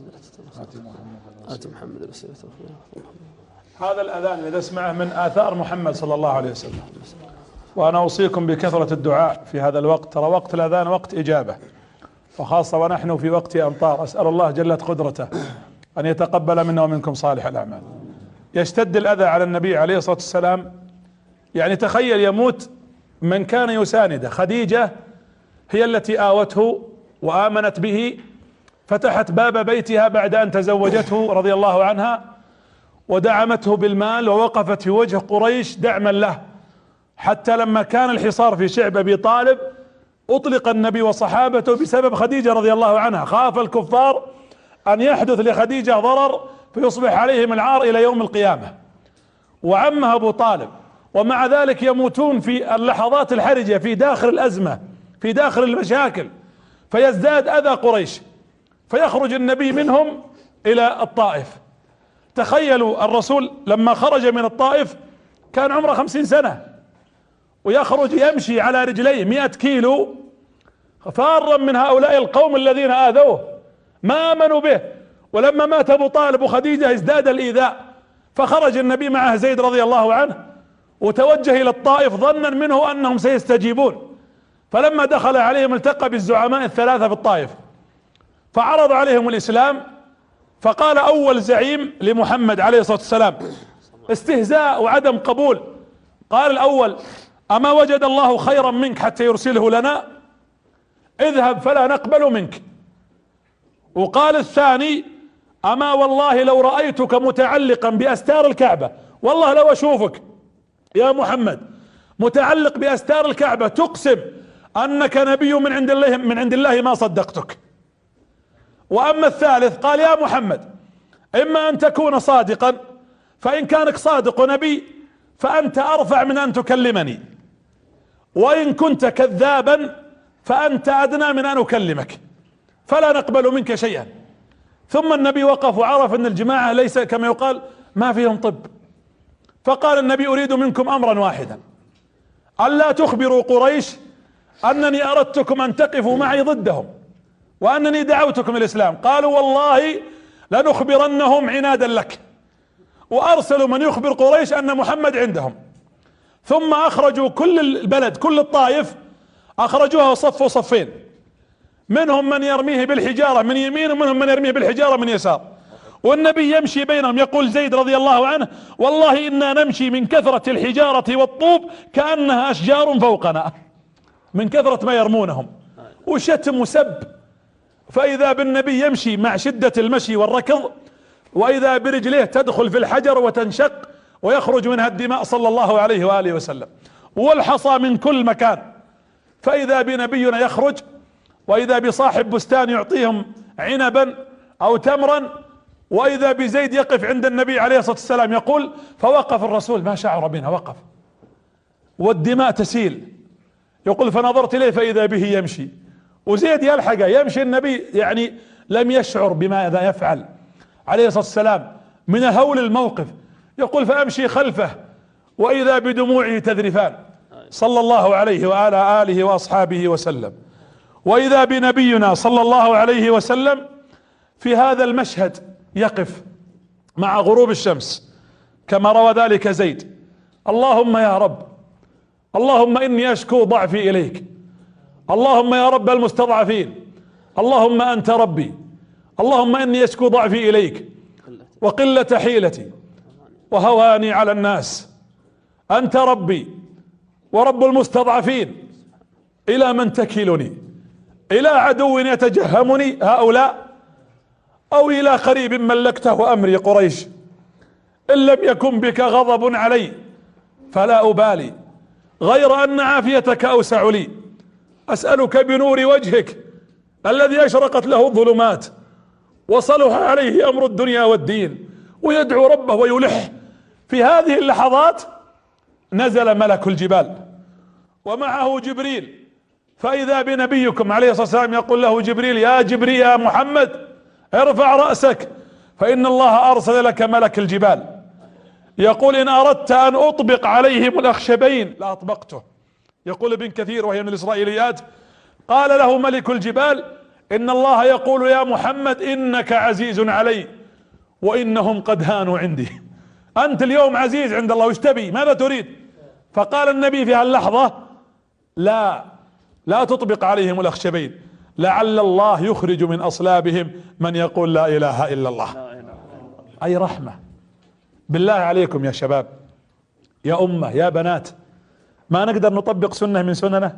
آت محمد رسول الله. هذا الأذان إذا اسمعه من آثار محمد صلى الله عليه وسلم. وأنا أوصيكم بكثرة الدعاء في هذا الوقت، ترى وقت الأذان وقت إجابة، وخاصة ونحن في وقت أمطار. أسأل الله جلت قدرته أن يتقبل منا ومنكم صالح الأعمال. يشتد الأذى على النبي عليه الصلاة والسلام، يعني تخيل يموت من كان يسانده. خديجة هي التي آوته وآمنت به، فتحت باب بيتها بعد أن تزوجته رضي الله عنها، ودعمته بالمال ووقفت في وجه قريش دعما له، حتى لما كان الحصار في شعب أبي طالب أطلق النبي وصحابته بسبب خديجة رضي الله عنها. خاف الكفار أن يحدث لخديجة ضرر فيصبح عليهم العار إلى يوم القيامة، وعمها أبو طالب. ومع ذلك يموتون في اللحظات الحرجة، في داخل الأزمة، في داخل المشاكل، فيزداد أذى قريش، فيخرج النبي منهم إلى الطائف. تخيلوا الرسول لما خرج من الطائف كان عمره خمسين سنة، ويخرج يمشي على رجليه مئة كيلو فارا من هؤلاء القوم الذين آذوه، ما آمنوا به. ولما مات أبو طالب وخديجة ازداد الإيذاء، فخرج النبي معه زيد رضي الله عنه وتوجه إلى الطائف ظنا منه أنهم سيستجيبون. فلما دخل عليهم التقى بالزعماء الثلاثة في الطائف، فعرض عليهم الإسلام. فقال أول زعيم لمحمد عليه الصلاة والسلام استهزاء وعدم قبول، قال الأول: أما وجد الله خيرا منك حتى يرسله لنا؟ اذهب فلا نقبل منك. وقال الثاني اما والله لو رأيتك متعلقا باستار الكعبة، والله لو اشوفك يا محمد متعلق باستار الكعبة تقسم انك نبي من عند الله من عند الله ما صدقتك. واما الثالث قال يا محمد اما ان تكون صادقا، فان كانك صادق نبي فانت ارفع من ان تكلمني، وان كنت كذابا فانت ادنى من ان اكلمك، فلا نقبل منك شيئا. ثم النبي وقف وعرف ان الجماعة ليس كما يقال ما فيهم طب، فقال النبي اريد منكم امرا واحدا، الا تخبروا قريش انني اردتكم ان تقفوا معي ضدهم وانني دعوتكم الاسلام. قالوا والله لنخبرنهم عنادا لك، وارسلوا من يخبر قريش ان محمد عندهم. ثم اخرجوا كل البلد كل الطائف اخرجوها وصفوا صفين، منهم من يرميه بالحجارة من يمين ومنهم من يرميه بالحجارة من يسار، والنبي يمشي بينهم. يقول زيد رضي الله عنه والله إنا نمشي من كثرة الحجارة والطوب كأنها أشجار فوقنا، من كثرة ما يرمونهم وشتم وسب. فإذا بالنبي يمشي مع شدة المشي والركض، وإذا برجليه تدخل في الحجر وتنشق ويخرج منها الدماء صلى الله عليه وآله وسلم، والحصى من كل مكان. فإذا بنبينا يخرج، وإذا بصاحب بستان يعطيهم عنبا أو تمرا، وإذا بزيد يقف عند النبي عليه الصلاة والسلام. يقول فوقف الرسول ما شعر بنا، وقف والدماء تسيل. يقول فنظرت إليه فإذا به يمشي، وزيد يلحقه يمشي. النبي يعني لم يشعر بماذا يفعل عليه الصلاة والسلام من هول الموقف. يقول فأمشي خلفه وإذا بدموعه تذرفان صلى الله عليه وعلى آله وأصحابه وسلم. وإذا بنبينا صلى الله عليه وسلم في هذا المشهد يقف مع غروب الشمس كما روى ذلك زيد: اللهم يا رب، اللهم إني أشكو ضعفي إليك، اللهم يا رب المستضعفين، اللهم أنت ربي، اللهم إني أشكو ضعفي إليك وقلة حيلتي وهواني على الناس، أنت ربي ورب المستضعفين، إلى من تكلني؟ إلى عدو يتجهمني هؤلاء، أو إلى قريب ملكته أمري قريش؟ إن لم يكن بك غضب علي فلا أبالي، غير أن عافيتك أوسع لي. أسألك بنور وجهك الذي أشرقت له الظلمات وصلح عليه أمر الدنيا والدين، ويدعو ربه ويلح. في هذه اللحظات نزل ملك الجبال ومعه جبريل، فإذا بنبيكم عليه الصلاة والسلام يقول له جبريل: يا جبريل يا محمد ارفع رأسك فإن الله أرسل لك ملك الجبال. يقول: إن أردت أن أطبق عليهم الأخشبين لأطبقته. يقول ابن كثير وهي من الإسرائيليات: قال له ملك الجبال: إن الله يقول يا محمد إنك عزيز علي وإنهم قد هانوا عندي. أنت اليوم عزيز عند الله، وش تبي؟ ماذا تريد؟ فقال النبي في هاللحظة: لا لا تطبق عليهم الأخشبين، لعل الله يخرج من أصلابهم من يقول لا إله إلا الله. أي رحمة. بالله عليكم يا شباب، يا أمة، يا بنات، ما نقدر نطبق سنة من سننه؟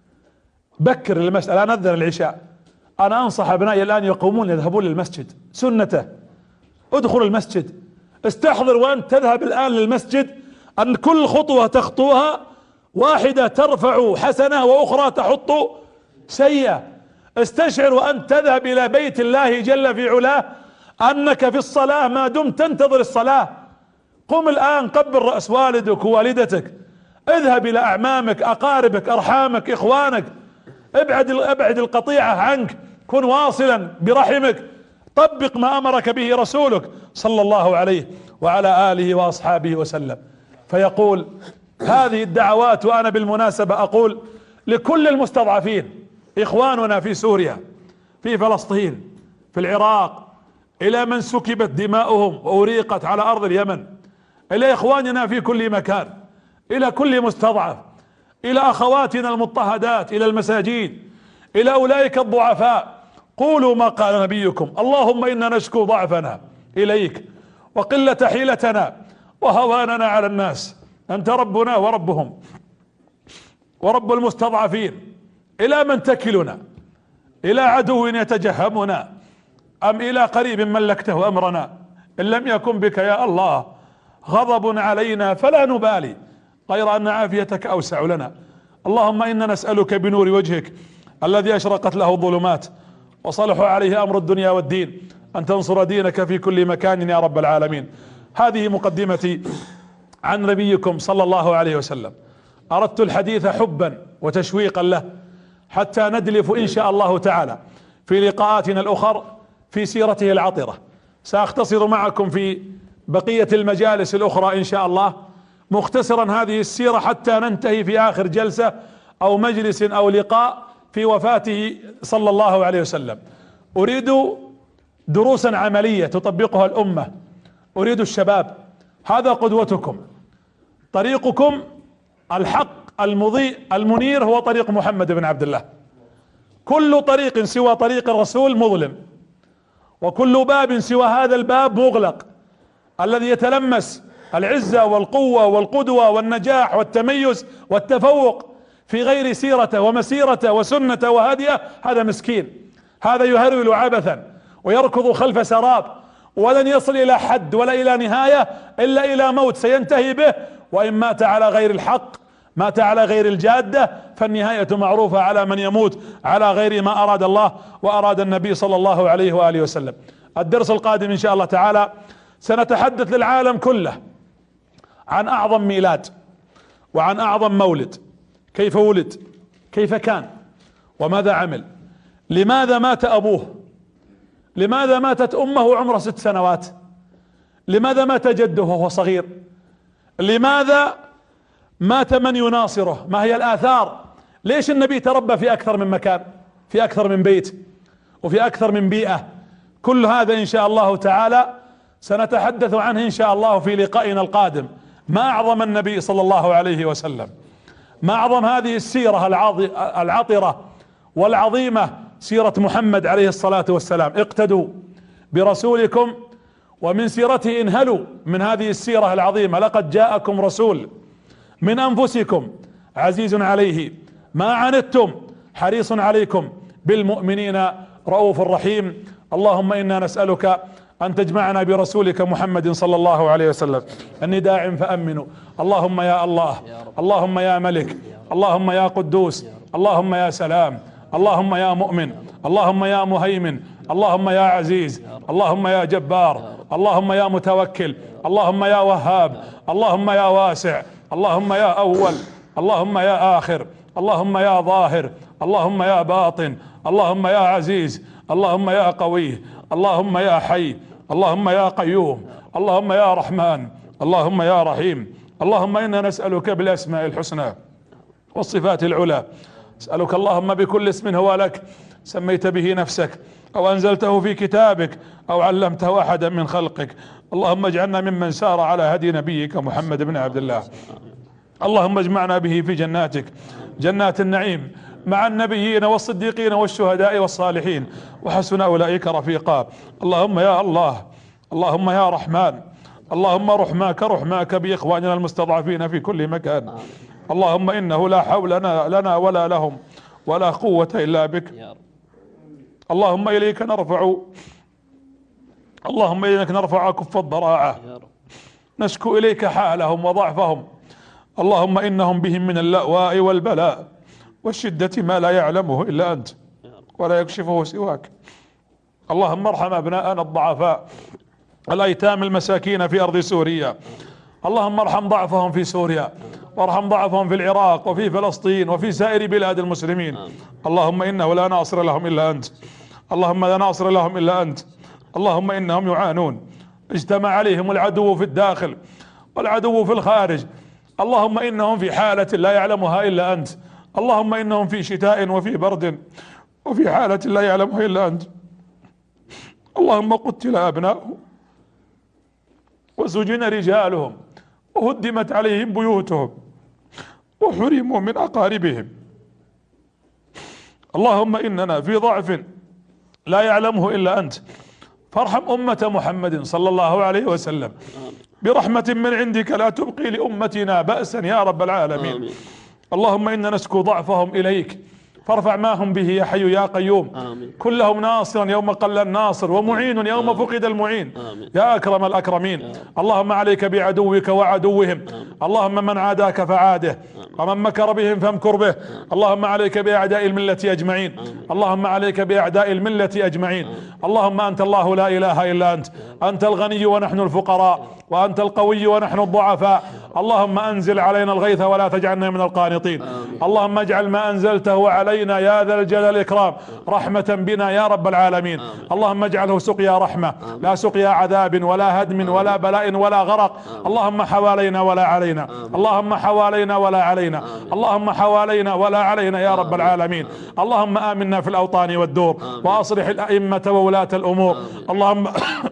بكر المسألة، أنا أذن العشاء، أنا أنصح أبنائي الآن يقومون يذهبون للمسجد، سنته. ادخل المسجد، استحضر وأنت تذهب الآن للمسجد أن كل خطوة تخطوها واحدة ترفع حسنة وأخرى تحط سيئة. استشعر وأنت تذهب إلى بيت الله جل في علاه أنك في الصلاة ما دمت تنتظر الصلاة. قم الآن، قبل رأس والدك ووالدتك، اذهب إلى أعمامك، أقاربك، أرحامك، إخوانك، ابعد ابعد القطيعة عنك، كن واصلا برحمك، طبق ما أمرك به رسولك صلى الله عليه وعلى آله وأصحابه وسلم. فيقول هذه الدعوات، وأنا بالمناسبة أقول لكل المستضعفين، إخواننا في سوريا، في فلسطين، في العراق، إلى من سكبت دماؤهم وأريقت على أرض اليمن، إلى إخواننا في كل مكان، إلى كل مستضعف، إلى أخواتنا المضطهدات، إلى المساجين، إلى أولئك الضعفاء: قولوا ما قال نبيكم: اللهم إنا نشكو ضعفنا إليك وقلة حيلتنا وهواننا على الناس، أنت ربنا وربهم ورب المستضعفين، إلى من تكلنا؟ إلى عدو يتجهمنا أم إلى قريب ملكته أمرنا؟ إن لم يكن بك يا الله غضب علينا فلا نبالي، غير أن عافيتك أوسع لنا. اللهم إنا نسألك بنور وجهك الذي أشرقت له الظلمات وصلح عليه أمر الدنيا والدين أن تنصر دينك في كل مكان يا رب العالمين. هذه مقدمتي عن نبيكم صلى الله عليه وسلم. أردت الحديث حبا وتشويقا له حتى ندلف إن شاء الله تعالى في لقاءاتنا الأخر في سيرته العطرة. سأختصر معكم في بقية المجالس الأخرى إن شاء الله مختصرا هذه السيرة حتى ننتهي في آخر جلسة أو مجلس أو لقاء في وفاته صلى الله عليه وسلم. أريد دروسا عملية تطبقها الأمة، أريد الشباب، هذا قدوتكم، طريقكم الحق المضيء المنير هو طريق محمد بن عبد الله. كل طريق سوى طريق الرسول مظلم، وكل باب سوى هذا الباب مغلق. الذي يتلمس العزة والقوة والقدوة والنجاح والتميز والتفوق في غير سيرته ومسيرته وسنته وهديه هذا مسكين، هذا يهرول عبثا ويركض خلف سراب ولن يصل إلى حد ولا إلى نهاية إلا إلى موت سينتهي به. وإن مات على غير الحق، مات على غير الجادة، فالنهاية معروفة على من يموت على غير ما أراد الله وأراد النبي صلى الله عليه وآله وسلم. الدرس القادم إن شاء الله تعالى سنتحدث للعالم كله عن أعظم ميلاد وعن أعظم مولد، كيف ولد، كيف كان، وماذا عمل، لماذا مات أبوه، لماذا ماتت أمه وعمره ست سنوات، لماذا مات جده وهو صغير، لماذا مات من يناصره، ما هي الآثار، ليش النبي تربى في أكثر من مكان، في أكثر من بيت وفي أكثر من بيئة. كل هذا إن شاء الله تعالى سنتحدث عنه إن شاء الله في لقائنا القادم. ما أعظم النبي صلى الله عليه وسلم، ما أعظم هذه السيرة العطرة والعظيمة، سيرة محمد عليه الصلاة والسلام. اقتدوا برسولكم ومن سيرته انهلوا من هذه السيرة العظيمة. لقد جاءكم رسول من أنفسكم عزيز عليه ما عنتم حريص عليكم بالمؤمنين رؤوف رحيم. اللهم إنا نسألك أن تجمعنا برسولك محمد صلى الله عليه وسلم. النداء فأمنوا. اللهم يا الله، اللهم يا ملك، اللهم يا قدوس، اللهم يا سلام، اللهم يا مؤمن، اللهم يا مهيمن، اللهم يا عزيز، اللهم يا جبار، اللهم يا متوكل، اللهم يا وهاب، اللهم يا واسع، اللهم يا أول، اللهم يا آخر، اللهم يا ظاهر، اللهم يا باطن، اللهم يا عزيز، اللهم يا قوي، اللهم يا حي، اللهم يا قيوم، اللهم يا رحمن، اللهم يا رحيم. اللهم إنا نسألك بالأسماء الحسنى والصفات العلى، نسألك اللهم بكل اسم هو لك سميت به نفسك أو أنزلته في كتابك أو علمته أحدا من خلقك، اللهم اجعلنا ممن سار على هدي نبيك محمد بن عبد الله. اللهم اجمعنا به في جناتك، جنات النعيم، مع النبيين والصديقين والشهداء والصالحين، وحسن أولئك رفيقا. اللهم يا الله، اللهم يا رحمن، اللهم رحماك رحماك بإخواننا المستضعفين في كل مكان. اللهم إنه لا حول لنا, لنا ولا لهم ولا قوة إلا بك. اللهم إليك نرفع اللهم إليك نرفع كف الضراعة، نشكو إليك حالهم وضعفهم. اللهم إنهم بهم من اللأواء والبلاء والشدة ما لا يعلمه إلا أنت ولا يكشفه سواك. اللهم ارحم أبناءنا الضعفاء الأيتام المساكين في أرض سوريا. اللهم ارحم ضعفهم في سوريا، وارحم ضعفهم في العراق وفي فلسطين وفي سائر بلاد المسلمين. اللهم إنه لا ناصر لهم إلا أنت، اللهم لا ناصر لهم إلا أنت. اللهم إنهم يعانون، اجتمع عليهم العدو في الداخل والعدو في الخارج. اللهم إنهم في حالة لا يعلمها إلا أنت. اللهم إنهم في شتاء وفي برد وفي حالة لا يعلمها إلا أنت. اللهم قتل أبناؤهم وسجن رجالهم وهدمت عليهم بيوتهم وحرموا من أقاربهم. اللهم إننا في ضعف لا يعلمه إلا أنت، فارحم أمة محمد صلى الله عليه وسلم برحمة من عندك لا تبقي لأمتنا بأسا يا رب العالمين. اللهم إنا نشكو ضعفهم إليك فارفع ما هم به يا حي يا قيوم. آمين. كلهم ناصرا يوم قل الناصر ومعين يوم آمين. فقد المعين. آمين. يا أكرم الأكرمين. آمين. اللهم عليك بعدوك وعدوهم. آمين. اللهم من عاداك فعاده. آمين. ومن مكر بهم فامكر به. آمين. اللهم عليك بأعداء الملة أجمعين. آمين. اللهم عليك بأعداء الملة أجمعين. آمين. اللهم أنت الله لا إله إلا أنت. أنت الغني ونحن الفقراء، وأنت القوي ونحن الضعفاء. اللهم أنزل علينا الغيث ولا تجعلنا من القانطين. آمين. اللهم اجعل ما أنزلته علينا يا ذا الجلال والإكرام رحمة بنا يا رب العالمين. آمين. اللهم اجعله سقيا رحمة لا سقيا عذاب ولا هدم ولا بلاء ولا غرق. آمين. اللهم حوالينا ولا علينا. آمين. اللهم حوالينا ولا علينا. آمين. اللهم حوالينا ولا علينا يا رب العالمين. آمين. اللهم آمنا في الأوطان والدور. آمين. وأصلح الأئمة وولاة الأمور. آمين. اللهم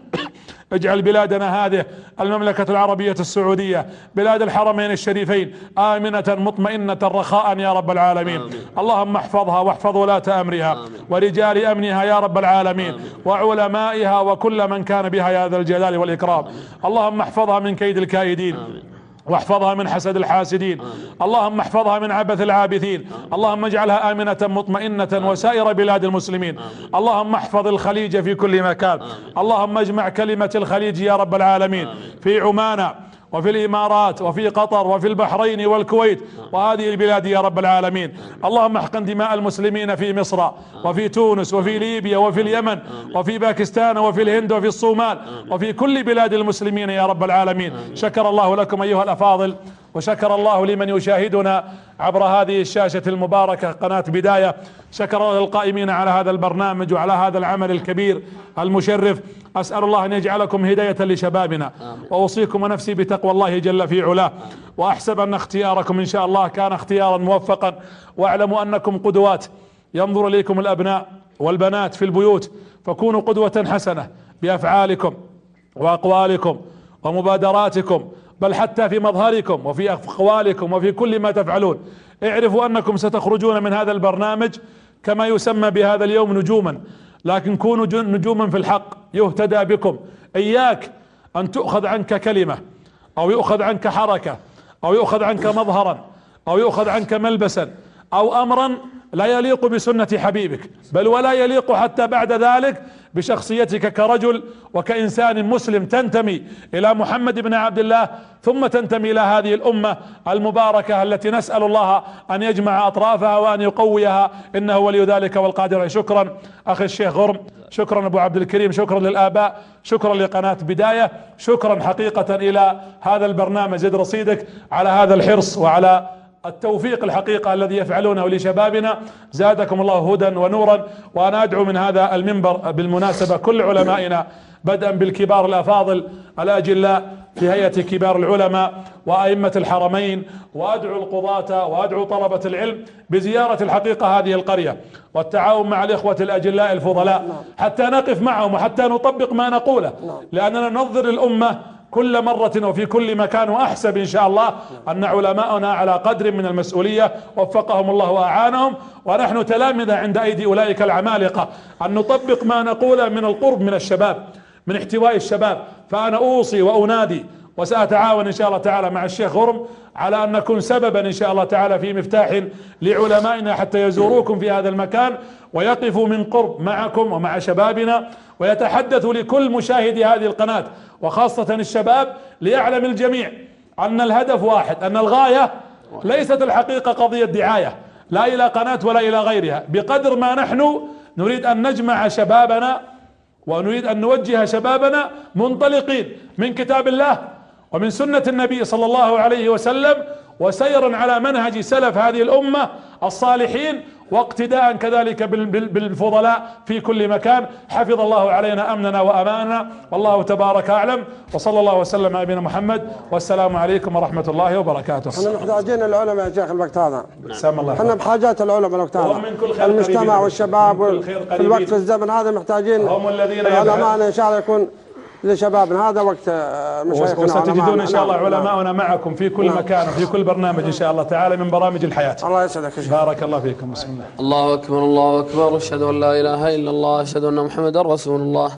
اجعل بلادنا هذه المملكة العربية السعودية بلاد الحرمين الشريفين آمنة مطمئنة رخاء يا رب العالمين. آمين. اللهم احفظها واحفظ ولاة أمرها. آمين. ورجال أمنها يا رب العالمين. آمين. وعلمائها وكل من كان بها يا ذا الجلال والإكرام. آمين. اللهم احفظها من كيد الكائدين. آمين. واحفظها من حسد الحاسدين. آمين. اللهم احفظها من عبث العابثين. آمين. اللهم اجعلها آمنة مطمئنة. آمين. وسائر بلاد المسلمين. آمين. اللهم احفظ الخليج في كل مكان. آمين. اللهم اجمع كلمة الخليج يا رب العالمين. آمين. في عمان وفي الإمارات وفي قطر وفي البحرين والكويت وهذه البلاد يا رب العالمين. اللهم احقن دماء المسلمين في مصر وفي تونس وفي ليبيا وفي اليمن وفي باكستان وفي الهند وفي الصومال وفي كل بلاد المسلمين يا رب العالمين. شكر الله لكم أيها الأفاضل، وشكر الله لمن يشاهدنا عبر هذه الشاشة المباركة قناة بداية. شكر للقائمين على هذا البرنامج وعلى هذا العمل الكبير المشرف. أسأل الله أن يجعلكم هداية لشبابنا، وأوصيكم ونفسي بتقوى الله جل في علاه. وأحسب أن اختياركم إن شاء الله كان اختيارا موفقا، واعلموا أنكم قدوات ينظر إليكم الأبناء والبنات في البيوت، فكونوا قدوة حسنة بأفعالكم وأقوالكم ومبادراتكم، بل حتى في مظهركم وفي أقوالكم وفي كل ما تفعلون. اعرفوا أنكم ستخرجون من هذا البرنامج كما يسمى بهذا اليوم نجوما، لكن كونوا نجوما في الحق يهتدى بكم. إياك أن تؤخذ عنك كلمة أو يؤخذ عنك حركة أو يؤخذ عنك مظهرا أو يؤخذ عنك ملبسا أو أمرا لا يليق بسنة حبيبك، بل ولا يليق حتى بعد ذلك بشخصيتك كرجل وكإنسان مسلم تنتمي إلى محمد بن عبد الله، ثم تنتمي إلى هذه الأمة المباركة التي نسأل الله أن يجمع أطرافها وأن يقويها، إنه ولي ذلك والقادر. شكرا أخي الشيخ غرم، شكرا أبو عبد الكريم، شكرا للآباء، شكرا لقناة بداية، شكرا حقيقة إلى هذا البرنامج زد رصيدك على هذا الحرص وعلى التوفيق الحقيقة الذي يفعلونه لشبابنا. زادكم الله هدى ونورا. وأنا أدعو من هذا المنبر بالمناسبة كل علمائنا بدءا بالكبار الأفاضل الأجلاء في هيئة كبار العلماء وأئمة الحرمين، وأدعو القضاة وأدعو طلبة العلم بزيارة الحقيقة هذه القرية والتعاون مع الإخوة الأجلاء الفضلاء حتى نقف معهم وحتى نطبق ما نقوله، لأننا ننظر الأمة كل مرة وفي كل مكان. وأحسب إن شاء الله أن علماءنا على قدر من المسؤولية وفقهم الله وأعانهم، ونحن تلامذة عند أيدي أولئك العمالقة، أن نطبق ما نقوله من القرب من الشباب، من احتواء الشباب. فأنا أوصي وأنادي وسأتعاون إن شاء الله تعالى مع الشيخ غرم على أن نكون سببا إن شاء الله تعالى في مفتاح لعلمائنا حتى يزوروكم في هذا المكان ويقفوا من قرب معكم ومع شبابنا، ويتحدثوا لكل مشاهدي هذه القناة وخاصة الشباب، ليعلم الجميع أن الهدف واحد، أن الغاية ليست الحقيقة قضية دعاية لا إلى قناة ولا إلى غيرها، بقدر ما نحن نريد أن نجمع شبابنا ونريد أن نوجه شبابنا منطلقين من كتاب الله ومن سنة النبي صلى الله عليه وسلم، وسيرا على منهج سلف هذه الأمة الصالحين، واقتداء كذلك بالفضلاء في كل مكان. حفظ الله علينا أمننا وأماننا، والله تبارك أعلم، وصلى الله وسلم على نبينا محمد، والسلام عليكم ورحمة الله وبركاته. احنا محتاجين العلماء يا شيخ الوقت هذا، سلام الله. احنا بحاجات العلماء الوقت هذا، المجتمع والشباب في الوقت في الزمن هذا محتاجين هم الذين علماءنا إن شاء الله يكون لشبابنا. هذا وقت مشايخنا، وستجدون إن شاء الله علماؤنا معكم في كل مكان وفي كل برنامج إن شاء الله تعالى من برامج الحياة. الله يسعدك يا شيخ. بارك الله فيكم. بسم الله. الله أكبر الله أكبر، أشهد أن لا إله إلا الله، أشهد أن محمدا رسول الله.